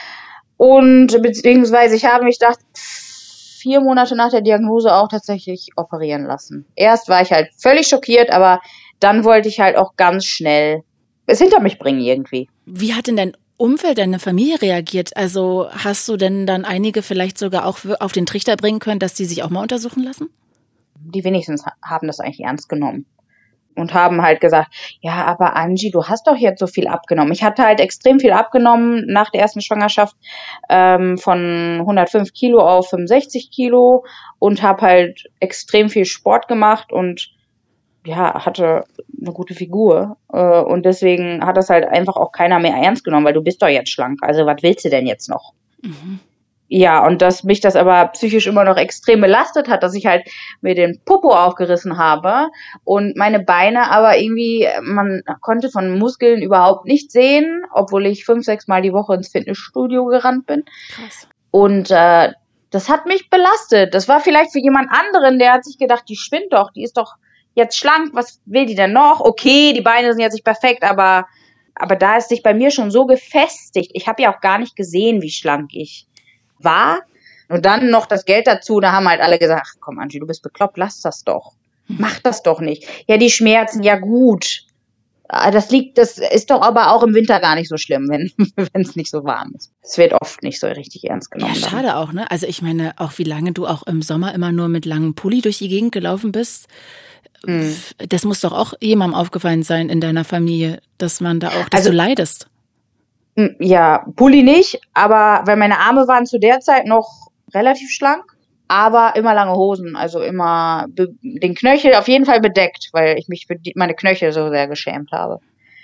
Und beziehungsweise ich habe mich gedacht, vier Monate nach der Diagnose auch tatsächlich operieren lassen. Erst war ich halt völlig schockiert, aber dann wollte ich halt auch ganz schnell es hinter mich bringen irgendwie. Wie hat denn dein Umfeld, deine Familie reagiert? Also hast du denn dann einige vielleicht sogar auch auf den Trichter bringen können, dass die sich auch mal untersuchen lassen? Die wenigstens haben das eigentlich ernst genommen. Und haben halt gesagt, ja, aber Angie, du hast doch jetzt so viel abgenommen. Ich hatte halt extrem viel abgenommen nach der ersten Schwangerschaft, ähm, von hundertfünf Kilo auf fünfundsechzig Kilo und habe halt extrem viel Sport gemacht und ja, hatte eine gute Figur. Äh, und deswegen hat das halt einfach auch keiner mehr ernst genommen, weil du bist doch jetzt schlank. Also was willst du denn jetzt noch? Mhm. Ja, und dass mich das aber psychisch immer noch extrem belastet hat, dass ich halt mir den Popo aufgerissen habe und meine Beine aber irgendwie, man konnte von Muskeln überhaupt nicht sehen, obwohl ich fünf, sechs Mal die Woche ins Fitnessstudio gerannt bin. Krass. Und äh, das hat mich belastet. Das war vielleicht für jemand anderen, der hat sich gedacht, die spinnt doch, die ist doch jetzt schlank, was will die denn noch? Okay, die Beine sind jetzt nicht perfekt, aber, aber da ist sich bei mir schon so gefestigt. Ich habe ja auch gar nicht gesehen, wie schlank ich war. Und dann noch das Geld dazu, da haben halt alle gesagt, ach, komm Angie, du bist bekloppt, lass das doch. Mach das doch nicht. Ja, die Schmerzen, ja gut. Das liegt, das ist doch aber auch im Winter gar nicht so schlimm, wenn wenn es nicht so warm ist. Es wird oft nicht so richtig ernst genommen. Ja, schade dann auch, ne? Also ich meine, auch wie lange du auch im Sommer immer nur mit langem Pulli durch die Gegend gelaufen bist. Hm. Das muss doch auch jemandem aufgefallen sein in deiner Familie, dass man da auch, dass also, du leidest. Ja, Pulli nicht, aber weil meine Arme waren zu der Zeit noch relativ schlank, aber immer lange Hosen, also immer be- den Knöchel auf jeden Fall bedeckt, weil ich mich für die, meine Knöchel so sehr geschämt habe.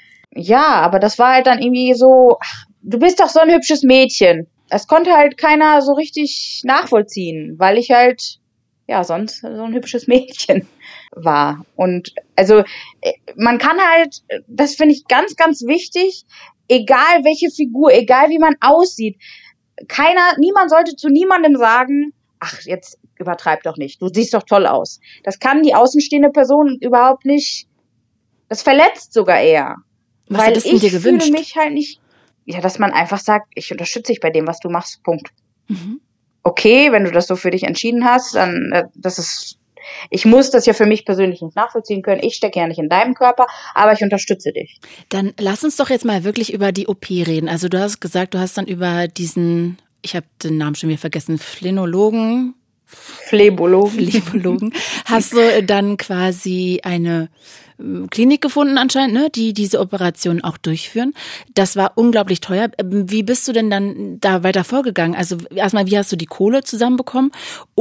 Ja, aber das war halt dann irgendwie so, ach, du bist doch so ein hübsches Mädchen. Es konnte halt keiner so richtig nachvollziehen, weil ich halt, ja, sonst so ein hübsches Mädchen war. Und also man kann halt, das finde ich ganz, ganz wichtig, egal welche Figur, egal wie man aussieht, keiner, niemand sollte zu niemandem sagen, ach, jetzt übertreib doch nicht, du siehst doch toll aus. Das kann die außenstehende Person überhaupt nicht, das verletzt sogar eher. Was weil hättest du ich dir gewünscht? fühle mich halt nicht, ja, dass man einfach sagt, ich unterstütze dich bei dem, was du machst, Punkt. Mhm. Okay, wenn du das so für dich entschieden hast, dann, äh, das ist, ich muss das ja für mich persönlich nicht nachvollziehen können. Ich stecke ja nicht in deinem Körper, aber ich unterstütze dich. Dann lass uns doch jetzt mal wirklich über die O P reden. Also du hast gesagt, du hast dann über diesen, ich habe den Namen schon wieder vergessen, Phlenologen, Phlebologen. Phlebologen, hast du dann quasi eine Klinik gefunden anscheinend, ne, die diese Operation auch durchführen. Das war unglaublich teuer. Wie bist du denn dann da weiter vorgegangen? Also erstmal, wie hast du die Kohle zusammenbekommen?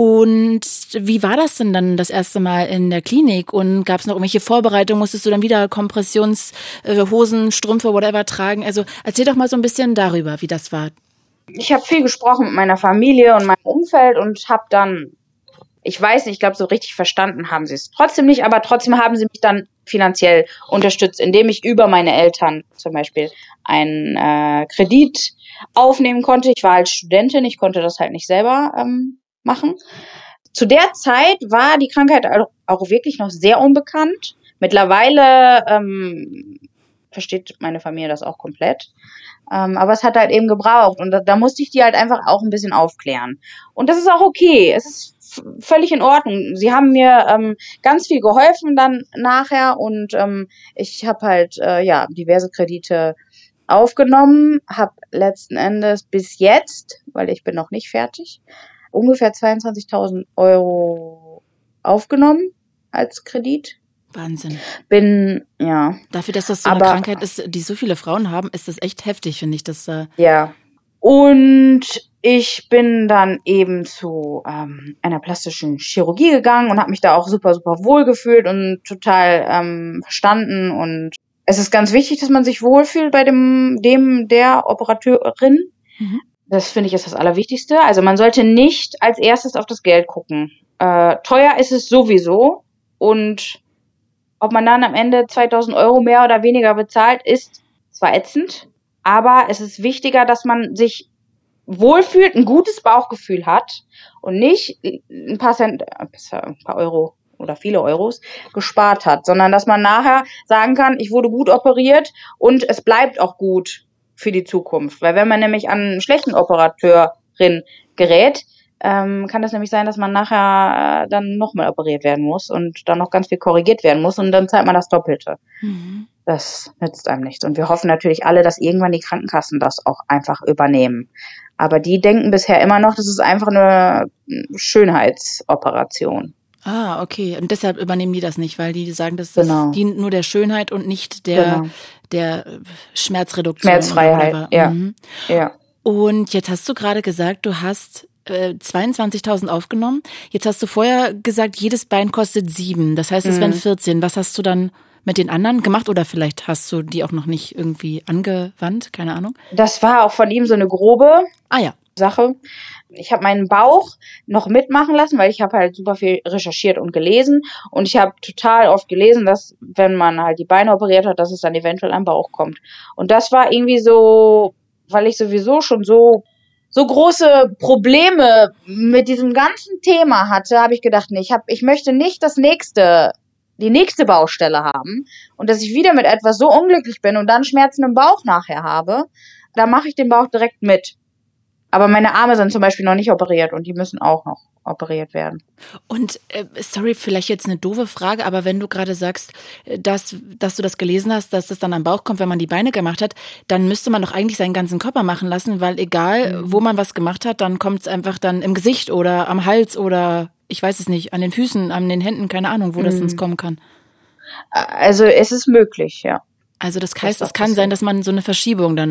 Und wie war das denn dann das erste Mal in der Klinik? Und gab es noch irgendwelche Vorbereitungen? Musstest du dann wieder Kompressionshosen, Strümpfe, whatever tragen? Also erzähl doch mal so ein bisschen darüber, wie das war. Ich habe viel gesprochen mit meiner Familie und meinem Umfeld und habe dann, ich weiß nicht, ich glaube, so richtig verstanden haben sie es trotzdem nicht, aber trotzdem haben sie mich dann finanziell unterstützt, indem ich über meine Eltern zum Beispiel einen äh, Kredit aufnehmen konnte. Ich war halt Studentin, ich konnte das halt nicht selber ähm, machen. Zu der Zeit war die Krankheit auch wirklich noch sehr unbekannt. Mittlerweile ähm, versteht meine Familie das auch komplett. Ähm, aber es hat halt eben gebraucht und da, da musste ich die halt einfach auch ein bisschen aufklären. Und das ist auch okay. Es ist f- völlig in Ordnung. Sie haben mir ähm, ganz viel geholfen dann nachher und ähm, ich habe halt äh, ja diverse Kredite aufgenommen, habe letzten Endes bis jetzt, weil ich bin noch nicht fertig, ungefähr zweiundzwanzigtausend Euro aufgenommen als Kredit. Wahnsinn. Bin, ja. Dafür, dass das so aber, eine Krankheit ist, die so viele Frauen haben, ist das echt heftig, finde ich. Dass, äh ja. Und ich bin dann eben zu ähm, einer plastischen Chirurgie gegangen und habe mich da auch super, super wohl gefühlt und total ähm, verstanden. Und es ist ganz wichtig, dass man sich wohlfühlt bei dem, dem der Operateurin. Mhm. Das finde ich ist das Allerwichtigste. Also man sollte nicht als erstes auf das Geld gucken. Äh, teuer ist es sowieso und ob man dann am Ende zweitausend Euro mehr oder weniger bezahlt, ist zwar ätzend, aber es ist wichtiger, dass man sich wohlfühlt, ein gutes Bauchgefühl hat und nicht ein paar Cent, ein paar Euro oder viele Euros gespart hat, sondern dass man nachher sagen kann, ich wurde gut operiert und es bleibt auch gut für die Zukunft. Weil wenn man nämlich an einen schlechten Operateurin gerät, Ähm, kann das nämlich sein, dass man nachher äh, dann nochmal operiert werden muss und dann noch ganz viel korrigiert werden muss und dann zahlt man das Doppelte. Mhm. Das nützt einem nichts. Und wir hoffen natürlich alle, dass irgendwann die Krankenkassen das auch einfach übernehmen. Aber die denken bisher immer noch, das ist einfach eine Schönheitsoperation. Ah, okay. Und deshalb übernehmen die das nicht, weil die sagen, das, das genau. dient nur der Schönheit und nicht der, genau. der Schmerzreduktion. Schmerzfreiheit, ja. Mhm. ja. Und jetzt hast du gerade gesagt, du hast zweiundzwanzigtausend aufgenommen. Jetzt hast du vorher gesagt, jedes Bein kostet sieben. Das heißt, es mhm. wären vierzehn. Was hast du dann mit den anderen gemacht? Oder vielleicht hast du die auch noch nicht irgendwie angewandt? Keine Ahnung. Das war auch von ihm so eine grobe ah, ja. Sache. Ich habe meinen Bauch noch mitmachen lassen, weil ich habe halt super viel recherchiert und gelesen. Und ich habe total oft gelesen, dass wenn man halt die Beine operiert hat, dass es dann eventuell am Bauch kommt. Und das war irgendwie so, weil ich sowieso schon so so große Probleme mit diesem ganzen Thema hatte, habe ich gedacht, nee, ich hab, ich möchte nicht das nächste, die nächste Baustelle haben und dass ich wieder mit etwas so unglücklich bin und dann Schmerzen im Bauch nachher habe, da mache ich den Bauch direkt mit. Aber meine Arme sind zum Beispiel noch nicht operiert und die müssen auch noch operiert werden. Und äh, sorry, vielleicht jetzt eine doofe Frage, aber wenn du gerade sagst, dass, dass du das gelesen hast, dass das dann am Bauch kommt, wenn man die Beine gemacht hat, dann müsste man doch eigentlich seinen ganzen Körper machen lassen, weil egal, mhm. wo man was gemacht hat, dann kommt es einfach dann im Gesicht oder am Hals oder ich weiß es nicht, an den Füßen, an den Händen, keine Ahnung, wo mhm. das sonst kommen kann. Also es ist möglich, ja. Also das heißt, es kann sein, dass man so eine Verschiebung dann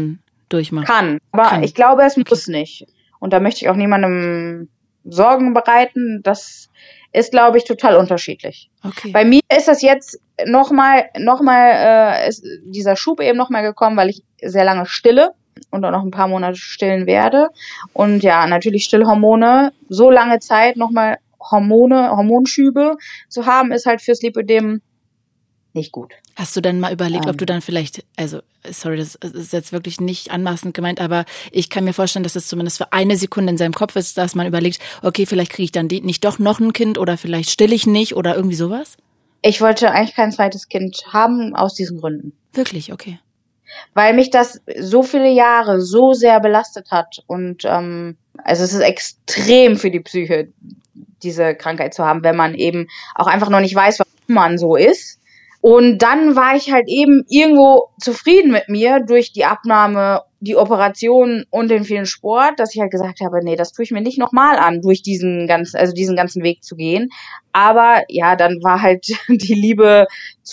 durchmacht. Kann, aber Kann. ich glaube, es Okay. muss nicht. Und da möchte ich auch niemandem Sorgen bereiten. Das ist, glaube ich, total unterschiedlich. Okay. Bei mir ist das jetzt nochmal, nochmal, äh, ist dieser Schub eben nochmal gekommen, weil ich sehr lange stille und auch noch ein paar Monate stillen werde. Und ja, natürlich Stillhormone, so lange Zeit nochmal Hormone, Hormonschübe zu haben, ist halt fürs Lipödem nicht gut. Hast du denn mal überlegt, Ähm. ob du dann vielleicht, also sorry, das ist jetzt wirklich nicht anmaßend gemeint, aber ich kann mir vorstellen, dass es zumindest für eine Sekunde in seinem Kopf ist, dass man überlegt, okay, vielleicht kriege ich dann die, nicht doch noch ein Kind oder vielleicht still ich nicht oder irgendwie sowas? Ich wollte eigentlich kein zweites Kind haben, aus diesen Gründen. Wirklich, okay. Weil mich das so viele Jahre so sehr belastet hat. Und ähm, also es ist extrem für die Psyche, diese Krankheit zu haben, wenn man eben auch einfach noch nicht weiß, warum man so ist. Und dann war ich halt eben irgendwo zufrieden mit mir durch die Abnahme, die Operation und den vielen Sport, dass ich halt gesagt habe, nee, das tue ich mir nicht nochmal an, durch diesen ganzen, also diesen ganzen Weg zu gehen. Aber ja, dann war halt die Liebe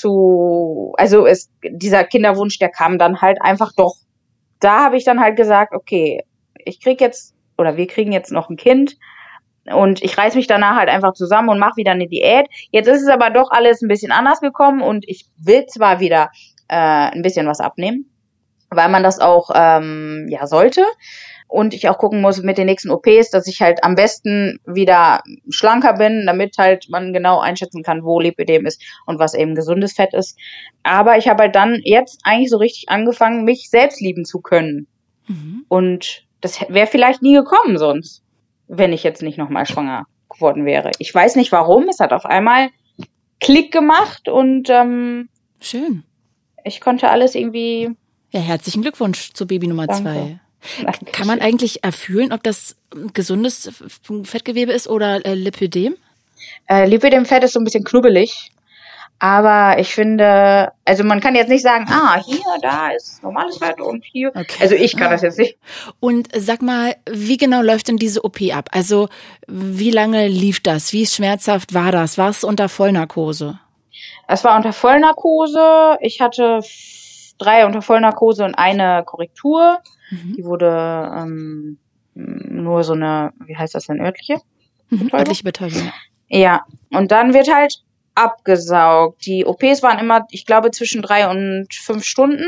zu, also es, dieser Kinderwunsch, der kam dann halt einfach doch. Da habe ich dann halt gesagt, okay, ich krieg jetzt, oder wir kriegen jetzt noch ein Kind. Und ich reiß mich danach halt einfach zusammen und mache wieder eine Diät. Jetzt ist es aber doch alles ein bisschen anders gekommen und ich will zwar wieder äh, ein bisschen was abnehmen, weil man das auch ähm, ja sollte. Und ich auch gucken muss mit den nächsten O Ps, dass ich halt am besten wieder schlanker bin, damit halt man genau einschätzen kann, wo Lipödem ist und was eben gesundes Fett ist. Aber ich habe halt dann jetzt eigentlich so richtig angefangen, mich selbst lieben zu können. Mhm. Und das wäre vielleicht nie gekommen sonst, wenn ich jetzt nicht nochmal schwanger geworden wäre. Ich weiß nicht warum, es hat auf einmal Klick gemacht und ähm, Schön. ich konnte alles irgendwie... Ja, herzlichen Glückwunsch zu Baby Nummer Danke. zwei. Danke. Kann man eigentlich erfühlen, ob das gesundes Fettgewebe ist oder äh, Lipödem? Äh, Lipödem-Fett ist so ein bisschen knubbelig, aber ich finde, also man kann jetzt nicht sagen, ah, hier, da ist normales Fett und hier. Okay. Also ich kann das jetzt nicht. Und sag mal, wie genau läuft denn diese O P ab? Also wie lange lief das? Wie schmerzhaft war das? War es unter Vollnarkose? Es war unter Vollnarkose. Ich hatte drei unter Vollnarkose und eine Korrektur. Mhm. Die wurde ähm, nur so eine, wie heißt das denn, örtliche? Mhm. Betäubung? Örtliche Betäubung, ja. Ja, und dann wird halt abgesaugt. Die O Ps waren immer, ich glaube, zwischen drei und fünf Stunden.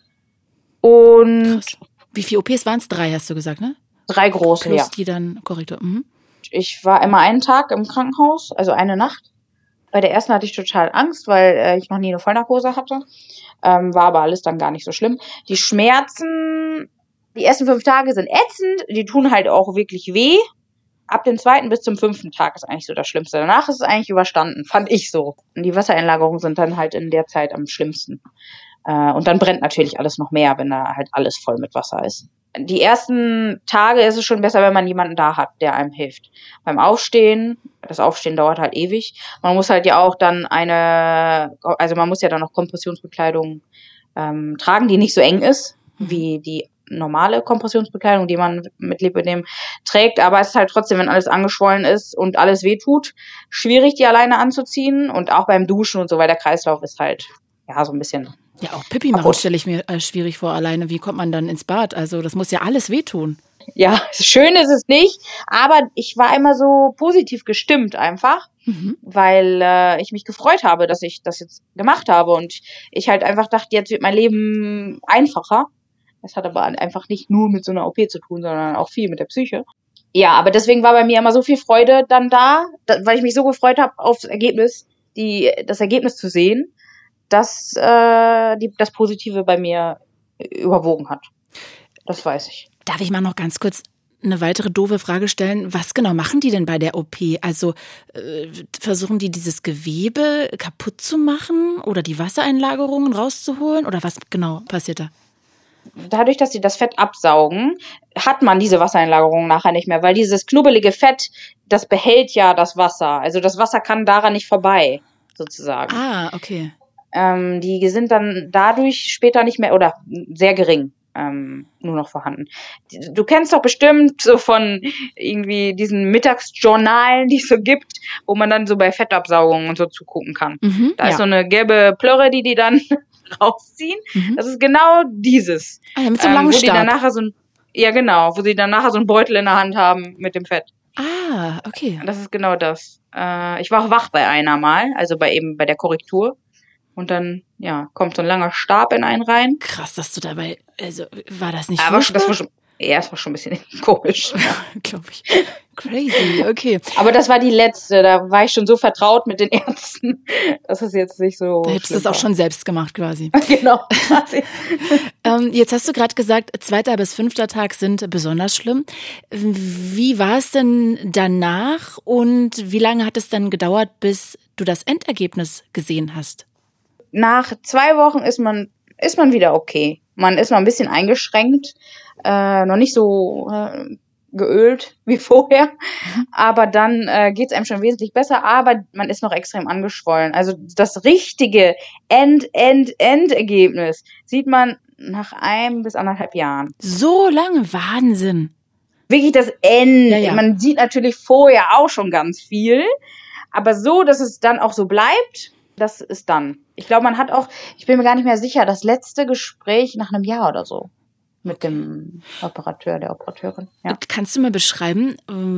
Und Krass. Wie viele O Ps waren es? Drei, hast du gesagt, ne? drei große, Plus ja. die dann Korrektur. Mhm. Ich war immer einen Tag im Krankenhaus, also eine Nacht. Bei der ersten hatte ich total Angst, weil äh, ich noch nie eine Vollnarkose hatte. Ähm, war aber alles dann gar nicht so schlimm. Die Schmerzen, die ersten fünf Tage sind ätzend, die tun halt auch wirklich weh. Ab dem zweiten bis zum fünften Tag ist eigentlich so das Schlimmste. Danach ist es eigentlich überstanden, fand ich so. Und die Wassereinlagerungen sind dann halt in der Zeit am schlimmsten. Äh, und dann brennt natürlich alles noch mehr, wenn da halt alles voll mit Wasser ist. Die ersten Tage ist es schon besser, wenn man jemanden da hat, der einem hilft. Beim Aufstehen, das Aufstehen dauert halt ewig. Man muss halt ja auch dann eine, also man muss ja dann noch Kompressionsbekleidung ähm, tragen, die nicht so eng ist, wie die normale Kompressionsbekleidung, die man mit Lipödem trägt. Aber es ist halt trotzdem, wenn alles angeschwollen ist und alles wehtut, schwierig, die alleine anzuziehen. Und auch beim Duschen und so, weil der Kreislauf ist halt, ja, so ein bisschen... Ja, auch Pipi machen stelle ich mir äh, schwierig vor alleine. Wie kommt man dann ins Bad? Also das muss ja alles wehtun. Ja, schön ist es nicht, aber ich war immer so positiv gestimmt einfach, Mhm. weil äh, ich mich gefreut habe, dass ich das jetzt gemacht habe und ich halt einfach dachte, jetzt wird mein Leben einfacher. Das hat aber einfach nicht nur mit so einer O P zu tun, sondern auch viel mit der Psyche. Ja, aber deswegen war bei mir immer so viel Freude dann da, da weil ich mich so gefreut habe auf das Ergebnis, die das Ergebnis zu sehen, dass äh, die, das Positive bei mir überwogen hat. Das weiß ich. Darf ich mal noch ganz kurz eine weitere doofe Frage stellen? Was genau machen die denn bei der O P? Also äh, versuchen die dieses Gewebe kaputt zu machen oder die Wassereinlagerungen rauszuholen? Oder was genau passiert da? Dadurch, dass sie das Fett absaugen, hat man diese Wassereinlagerung nachher nicht mehr, weil dieses knubbelige Fett, das behält ja das Wasser. Also das Wasser kann daran nicht vorbei, sozusagen. Ah, okay. Ähm, die sind dann dadurch später nicht mehr, oder sehr gering, ähm, nur noch vorhanden. Du kennst doch bestimmt so von irgendwie diesen Mittagsjournalen, die es so gibt, wo man dann so bei Fettabsaugungen und so zugucken kann. Mhm, Da ja. ist so eine gelbe Plörre, die die dann rausziehen. Mhm. Das ist genau dieses. Ah ja, mit so einem langen ähm, wo Stab. Die dann nachher so ein, ja, genau, wo sie dann nachher so einen Beutel in der Hand haben mit dem Fett. Ah, okay. Das ist genau das. Äh, ich war auch wach bei einer mal, also bei eben bei der Korrektur. Und dann, ja, kommt so ein langer Stab in einen rein. Krass, dass du dabei, also war das nicht Aber furchtbar? das war schon, ja, das war schon ein bisschen komisch. Ja. Glaube ich. Crazy, okay. Aber das war die letzte, da war ich schon so vertraut mit den Ärzten, dass es jetzt nicht so Da hättest du es auch schon selbst gemacht quasi. Genau. ähm, jetzt hast du gerade gesagt, zweiter bis fünfter Tag sind besonders schlimm. Wie war es denn danach und wie lange hat es dann gedauert, bis du das Endergebnis gesehen hast? Nach zwei Wochen ist man, ist man wieder okay. Man ist noch ein bisschen eingeschränkt, äh, noch nicht so äh, geölt wie vorher, mhm. aber dann äh, geht's einem schon wesentlich besser, aber man ist noch extrem angeschwollen. Also das richtige End, End, Endergebnis sieht man nach einem bis anderthalb Jahren. So lange? Wahnsinn. Wirklich das Ende. Ja, ja. Man sieht natürlich vorher auch schon ganz viel, aber so, dass es dann auch so bleibt, das ist dann. Ich glaube, man hat auch, ich bin mir gar nicht mehr sicher, das letzte Gespräch nach einem Jahr oder so mit dem Operateur, der Operateurin. Ja. Kannst du mal beschreiben,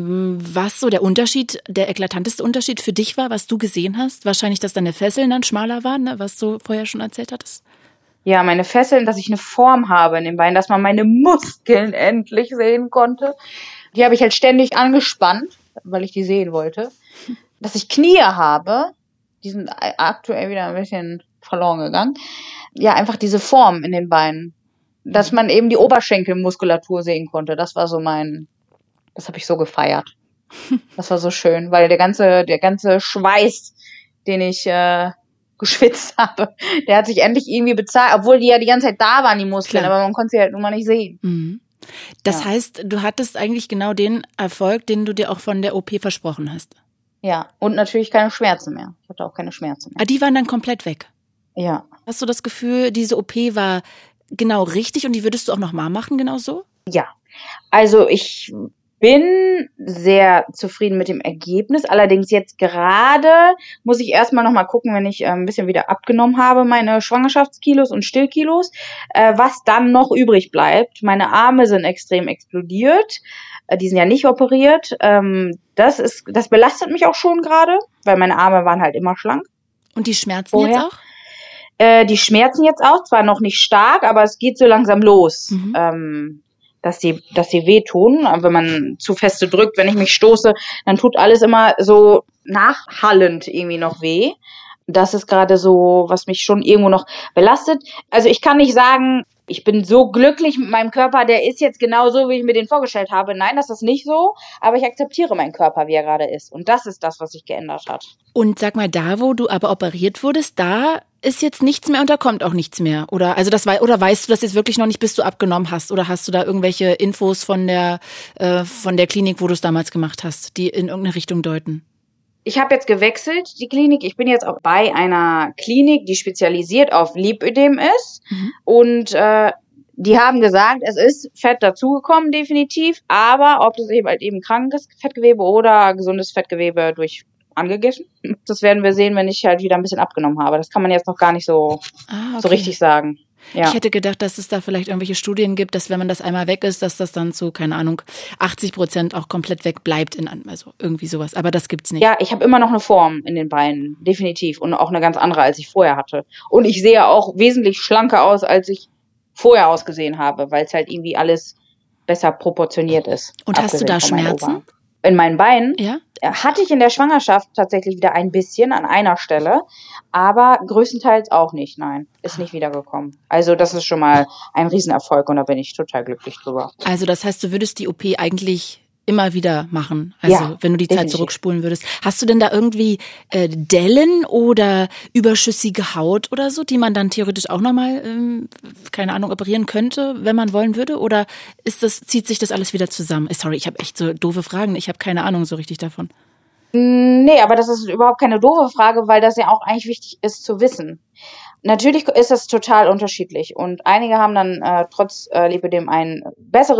was so der Unterschied, der eklatanteste Unterschied für dich war, was du gesehen hast? Wahrscheinlich, dass deine Fesseln dann schmaler waren, ne, was du vorher schon erzählt hattest? Ja, meine Fesseln, dass ich eine Form habe in den Beinen, dass man meine Muskeln endlich sehen konnte. Die habe ich halt ständig angespannt, weil ich die sehen wollte. Dass ich Knie habe, die sind aktuell wieder ein bisschen verloren gegangen. Ja, einfach diese Form in den Beinen. Dass man eben die Oberschenkelmuskulatur sehen konnte. Das war so mein, das habe ich so gefeiert. Das war so schön, weil der ganze, der ganze Schweiß, den ich äh, geschwitzt habe, der hat sich endlich irgendwie bezahlt, obwohl die ja die ganze Zeit da waren, die Muskeln, Klar. aber man konnte sie halt nun mal nicht sehen. Mhm. Das ja. heißt, du hattest eigentlich genau den Erfolg, den du dir auch von der O P versprochen hast. Ja, und natürlich keine Schmerzen mehr. Ich hatte auch keine Schmerzen mehr. Ah, die waren dann komplett weg? Ja. Hast du das Gefühl, diese O P war genau richtig und die würdest du auch nochmal machen, genau so? Ja, also ich bin sehr zufrieden mit dem Ergebnis. Allerdings jetzt gerade muss ich erstmal nochmal gucken, wenn ich äh, ein bisschen wieder abgenommen habe, meine Schwangerschaftskilos und Stillkilos, äh, was dann noch übrig bleibt. Meine Arme sind extrem explodiert. Äh, die sind ja nicht operiert. Ähm, das ist, das belastet mich auch schon gerade, weil meine Arme waren halt immer schlank. Und die Schmerzen Vorher. jetzt auch? Äh, die Schmerzen jetzt auch, zwar noch nicht stark, aber es geht so langsam los, mhm. ähm, dass sie, dass sie wehtun. Wenn man zu feste drückt, wenn ich mich stoße, dann tut alles immer so nachhallend irgendwie noch weh. Das ist gerade so, was mich schon irgendwo noch belastet. Also ich kann nicht sagen, ich bin so glücklich mit meinem Körper, der ist jetzt genau so, wie ich mir den vorgestellt habe. Nein, das ist nicht so, aber ich akzeptiere meinen Körper, wie er gerade ist. Und das ist das, was sich geändert hat. Und sag mal, da, wo du aber operiert wurdest, da ist jetzt nichts mehr und da kommt auch nichts mehr. Oder also das war, oder weißt du das jetzt wirklich noch nicht, bis du abgenommen hast? Oder hast du da irgendwelche Infos von der äh, von der Klinik, wo du es damals gemacht hast, die in irgendeine Richtung deuten? Ich habe jetzt gewechselt, die Klinik. Ich bin jetzt auch bei einer Klinik, die spezialisiert auf Lipödem ist. Mhm. Und äh, die haben gesagt, es ist Fett dazugekommen, definitiv. Aber ob das eben halt eben krankes Fettgewebe oder gesundes Fettgewebe durch angegessen, das werden wir sehen, wenn ich halt wieder ein bisschen abgenommen habe. Das kann man jetzt noch gar nicht so, ah, okay. so richtig sagen. Ja. Ich hätte gedacht, dass es da vielleicht irgendwelche Studien gibt, dass wenn man das einmal weg ist, dass das dann zu, keine Ahnung, achtzig Prozent auch komplett weg bleibt, in, also irgendwie sowas. Aber das gibt's nicht. Ja, ich habe immer noch eine Form in den Beinen, definitiv. Und auch eine ganz andere, als ich vorher hatte. Und ich sehe auch wesentlich schlanker aus, als ich vorher ausgesehen habe, weil es halt irgendwie alles besser proportioniert ist. Und hast du da Schmerzen? In meinen Beinen? Ja. Hatte ich in der Schwangerschaft tatsächlich wieder ein bisschen an einer Stelle, aber größtenteils auch nicht, nein, ist nicht wiedergekommen. Also das ist schon mal ein Riesenerfolg und da bin ich total glücklich drüber. Also das heißt, du würdest die O P eigentlich immer wieder machen, also ja, wenn du die definitiv. Zeit zurückspulen würdest. Hast du denn da irgendwie äh, Dellen oder überschüssige Haut oder so, die man dann theoretisch auch nochmal, ähm, keine Ahnung, operieren könnte, wenn man wollen würde? Oder ist das, zieht sich das alles wieder zusammen? Sorry, ich habe echt so doofe Fragen, ich habe keine Ahnung so richtig davon. Nee, aber das ist überhaupt keine doofe Frage, weil das ja auch eigentlich wichtig ist zu wissen. Natürlich ist das total unterschiedlich und einige haben dann äh, trotz äh, Lipödem ein besseres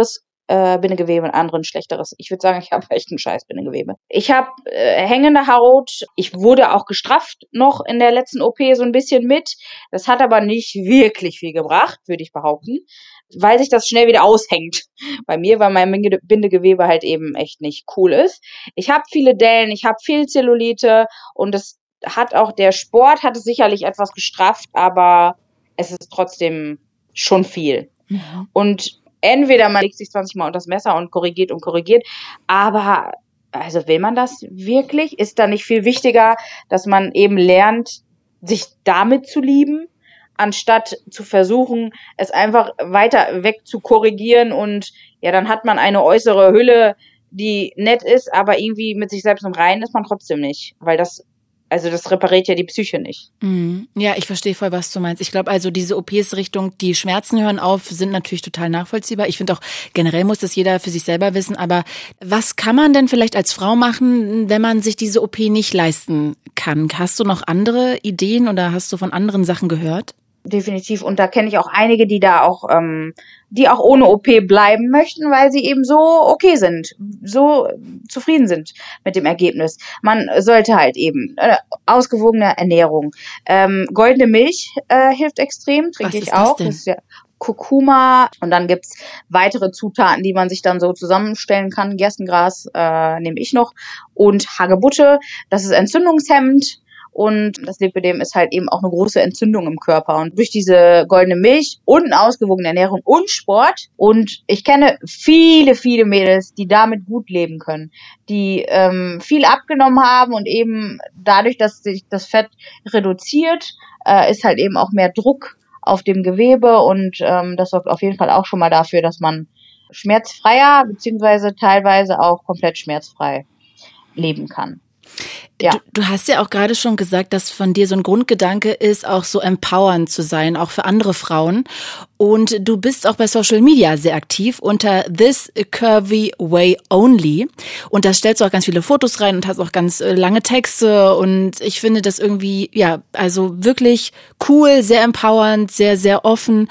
äh, Bindegewebe, ein anderen schlechteres. Ich würde sagen, ich habe echt ein scheiß Bindegewebe. Ich habe äh, hängende Haut. Ich wurde auch gestrafft noch in der letzten O P so ein bisschen mit. Das hat aber nicht wirklich viel gebracht, würde ich behaupten, weil sich das schnell wieder aushängt bei mir, weil mein Bindegewebe halt eben echt nicht cool ist. Ich habe viele Dellen, ich habe viel Zellulite und das hat auch, der Sport hat es sicherlich etwas gestrafft, aber es ist trotzdem schon viel. Mhm. Und entweder man legt sich zwanzig Mal unter das Messer und korrigiert und korrigiert, aber also will man das wirklich? Ist da nicht viel wichtiger, dass man eben lernt, sich damit zu lieben, anstatt zu versuchen, es einfach weiter weg zu korrigieren und ja, dann hat man eine äußere Hülle, die nett ist, aber irgendwie mit sich selbst im Reinen ist man trotzdem nicht, weil das Also das repariert ja die Psyche nicht. Mhm. Ja, ich verstehe voll, was du meinst. Ich glaube also, diese O Ps Richtung, die Schmerzen hören auf, sind natürlich total nachvollziehbar. Ich finde auch, generell muss das jeder für sich selber wissen. Aber was kann man denn vielleicht als Frau machen, wenn man sich diese O P nicht leisten kann? Hast du noch andere Ideen oder hast du von anderen Sachen gehört? Definitiv. Und da kenne ich auch einige, die da auch, ähm, die auch ohne O P bleiben möchten, weil sie eben so okay sind, so zufrieden sind mit dem Ergebnis. Man sollte halt eben äh, ausgewogene Ernährung. Ähm, goldene Milch äh, hilft extrem, trinke ich auch. Das ist ja Kurkuma und dann gibt's weitere Zutaten, die man sich dann so zusammenstellen kann. Gerstengras äh, nehme ich noch und Hagebutte. Das ist entzündungshemmend. Und das Lipödem ist halt eben auch eine große Entzündung im Körper. Und durch diese goldene Milch und eine ausgewogene Ernährung und Sport. Und ich kenne viele, viele Mädels, die damit gut leben können. Die ähm, viel abgenommen haben und eben dadurch, dass sich das Fett reduziert, äh, ist halt eben auch mehr Druck auf dem Gewebe. Und ähm, das sorgt auf jeden Fall auch schon mal dafür, dass man schmerzfreier beziehungsweise teilweise auch komplett schmerzfrei leben kann. Ja. Du, du hast ja auch gerade schon gesagt, dass von dir so ein Grundgedanke ist, auch so empowernd zu sein, auch für andere Frauen. Und du bist auch bei Social Media sehr aktiv unter This Curvy Way Only. Und da stellst du auch ganz viele Fotos rein und hast auch ganz lange Texte. Und ich finde das irgendwie, ja, also wirklich cool, sehr empowernd, sehr, sehr offen.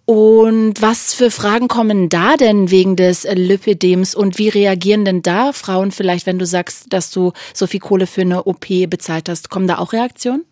Und was für Fragen kommen da denn wegen des Lipödems und wie reagieren denn da Frauen vielleicht, wenn du sagst, dass du so viel Kohle für eine O P bezahlt hast? Kommen da auch Reaktionen?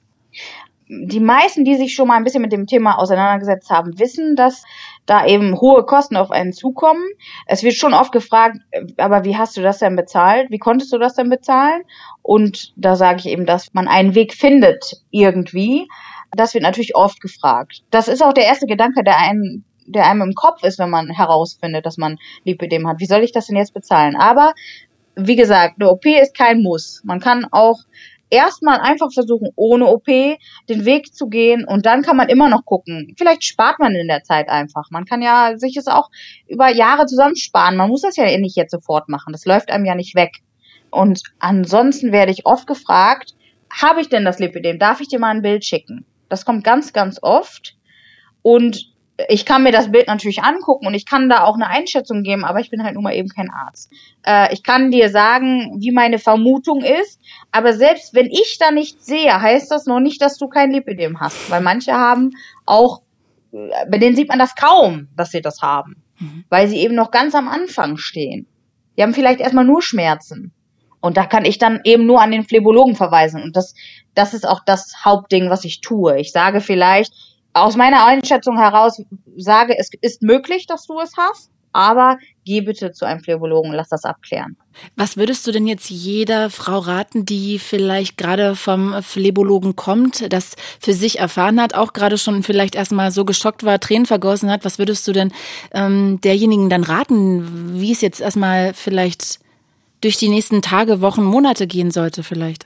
Die meisten, die sich schon mal ein bisschen mit dem Thema auseinandergesetzt haben, wissen, dass da eben hohe Kosten auf einen zukommen. Es wird schon oft gefragt, aber wie hast du das denn bezahlt? Wie konntest du das denn bezahlen? Und da sage ich eben, dass man einen Weg findet irgendwie. Das wird natürlich oft gefragt. Das ist auch der erste Gedanke, der einem, der einem im Kopf ist, wenn man herausfindet, dass man Lipödem hat. Wie soll ich das denn jetzt bezahlen? Aber wie gesagt, eine O P ist kein Muss. Man kann auch erstmal einfach versuchen, ohne O P den Weg zu gehen und dann kann man immer noch gucken. Vielleicht spart man in der Zeit einfach. Man kann ja sich es auch über Jahre zusammensparen. Man muss das ja nicht jetzt sofort machen. Das läuft einem ja nicht weg. Und ansonsten werde ich oft gefragt, habe ich denn das Lipödem? Darf ich dir mal ein Bild schicken? Das kommt ganz, ganz oft. Und ich kann mir das Bild natürlich angucken und ich kann da auch eine Einschätzung geben, aber ich bin halt nun mal eben kein Arzt. Äh, ich kann dir sagen, wie meine Vermutung ist, aber selbst wenn ich da nichts sehe, heißt das noch nicht, dass du kein Lipödem hast. Weil manche haben auch, bei denen sieht man das kaum, dass sie das haben. Mhm. Weil sie eben noch ganz am Anfang stehen. Die haben vielleicht erstmal nur Schmerzen. Und da kann ich dann eben nur an den Phlebologen verweisen. Und das, das ist auch das Hauptding, was ich tue. Ich sage vielleicht, aus meiner Einschätzung heraus, sage, es ist möglich, dass du es hast, aber geh bitte zu einem Phlebologen, lass das abklären. Was würdest du denn jetzt jeder Frau raten, die vielleicht gerade vom Phlebologen kommt, das für sich erfahren hat, auch gerade schon vielleicht erstmal so geschockt war, Tränen vergossen hat? Was würdest du denn ähm, derjenigen dann raten, wie es jetzt erstmal vielleicht durch die nächsten Tage, Wochen, Monate gehen sollte vielleicht?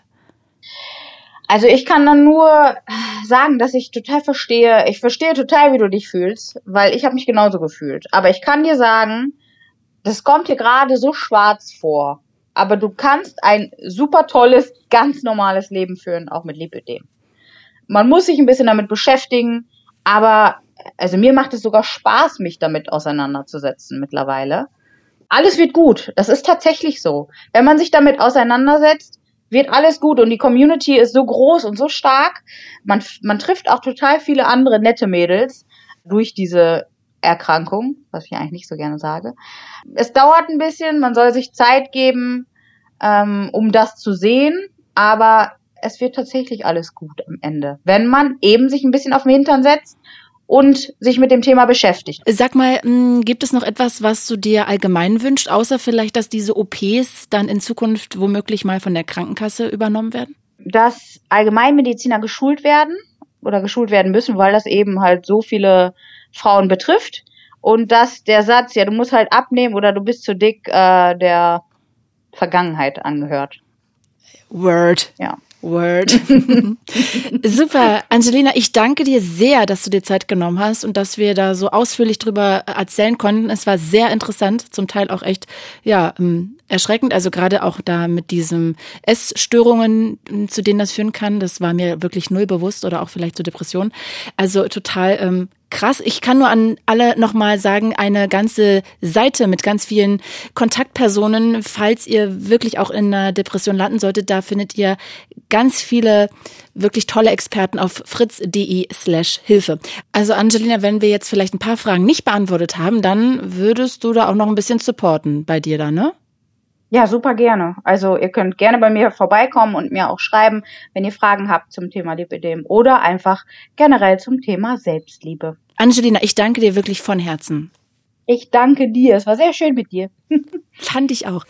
Also ich kann dann nur sagen, dass ich total verstehe, ich verstehe total, wie du dich fühlst, weil ich habe mich genauso gefühlt. Aber ich kann dir sagen, das kommt dir gerade so schwarz vor, aber du kannst ein super tolles, ganz normales Leben führen, auch mit Lipödem. Man muss sich ein bisschen damit beschäftigen, aber also mir macht es sogar Spaß, mich damit auseinanderzusetzen mittlerweile. Alles wird gut, das ist tatsächlich so. Wenn man sich damit auseinandersetzt, wird alles gut und die Community ist so groß und so stark. Man, man trifft auch total viele andere nette Mädels durch diese Erkrankung, was ich eigentlich nicht so gerne sage. Es dauert ein bisschen, man soll sich Zeit geben, ähm, um das zu sehen, aber es wird tatsächlich alles gut am Ende, wenn man eben sich ein bisschen auf den Hintern setzt und sich mit dem Thema beschäftigt. Sag mal, gibt es noch etwas, was du dir allgemein wünschst, außer vielleicht, dass diese O Ps dann in Zukunft womöglich mal von der Krankenkasse übernommen werden? Dass Allgemeinmediziner geschult werden oder geschult werden müssen, weil das eben halt so viele Frauen betrifft. Und dass der Satz, ja, du musst halt abnehmen oder du bist zu dick, äh, der Vergangenheit angehört. Word. Ja. Word. Super. Angelina, ich danke dir sehr, dass du dir Zeit genommen hast und dass wir da so ausführlich drüber erzählen konnten. Es war sehr interessant, zum Teil auch echt, ja, erschreckend. Also gerade auch da mit diesen Essstörungen, zu denen das führen kann. Das war mir wirklich null bewusst oder auch vielleicht zu Depressionen. Also total ähm, krass. Ich kann nur an alle nochmal sagen, eine ganze Seite mit ganz vielen Kontaktpersonen, falls ihr wirklich auch in einer Depression landen solltet, da findet ihr ganz viele wirklich tolle Experten auf fritz.de slash Hilfe. Also Angelina, wenn wir jetzt vielleicht ein paar Fragen nicht beantwortet haben, dann würdest du da auch noch ein bisschen supporten bei dir da, ne? Ja, super gerne. Also ihr könnt gerne bei mir vorbeikommen und mir auch schreiben, wenn ihr Fragen habt zum Thema Lipödem oder einfach generell zum Thema Selbstliebe. Angelina, ich danke dir wirklich von Herzen. Ich danke dir. Es war sehr schön mit dir. Fand ich auch.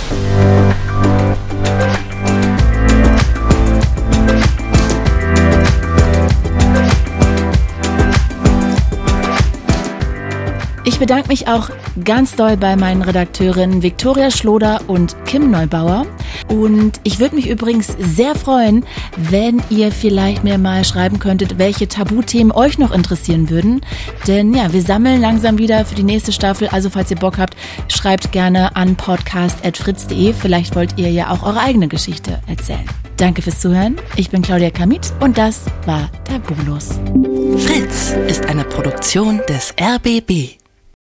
Ich bedanke mich auch ganz doll bei meinen Redakteurinnen Viktoria Schloder und Kim Neubauer. Und ich würde mich übrigens sehr freuen, wenn ihr vielleicht mir mal schreiben könntet, welche Tabuthemen euch noch interessieren würden. Denn ja, wir sammeln langsam wieder für die nächste Staffel. Also falls ihr Bock habt, schreibt gerne an podcast at fritz punkt de. Vielleicht wollt ihr ja auch eure eigene Geschichte erzählen. Danke fürs Zuhören. Ich bin Claudia Kamit und das war Tabulos. Fritz ist eine Produktion des R B B.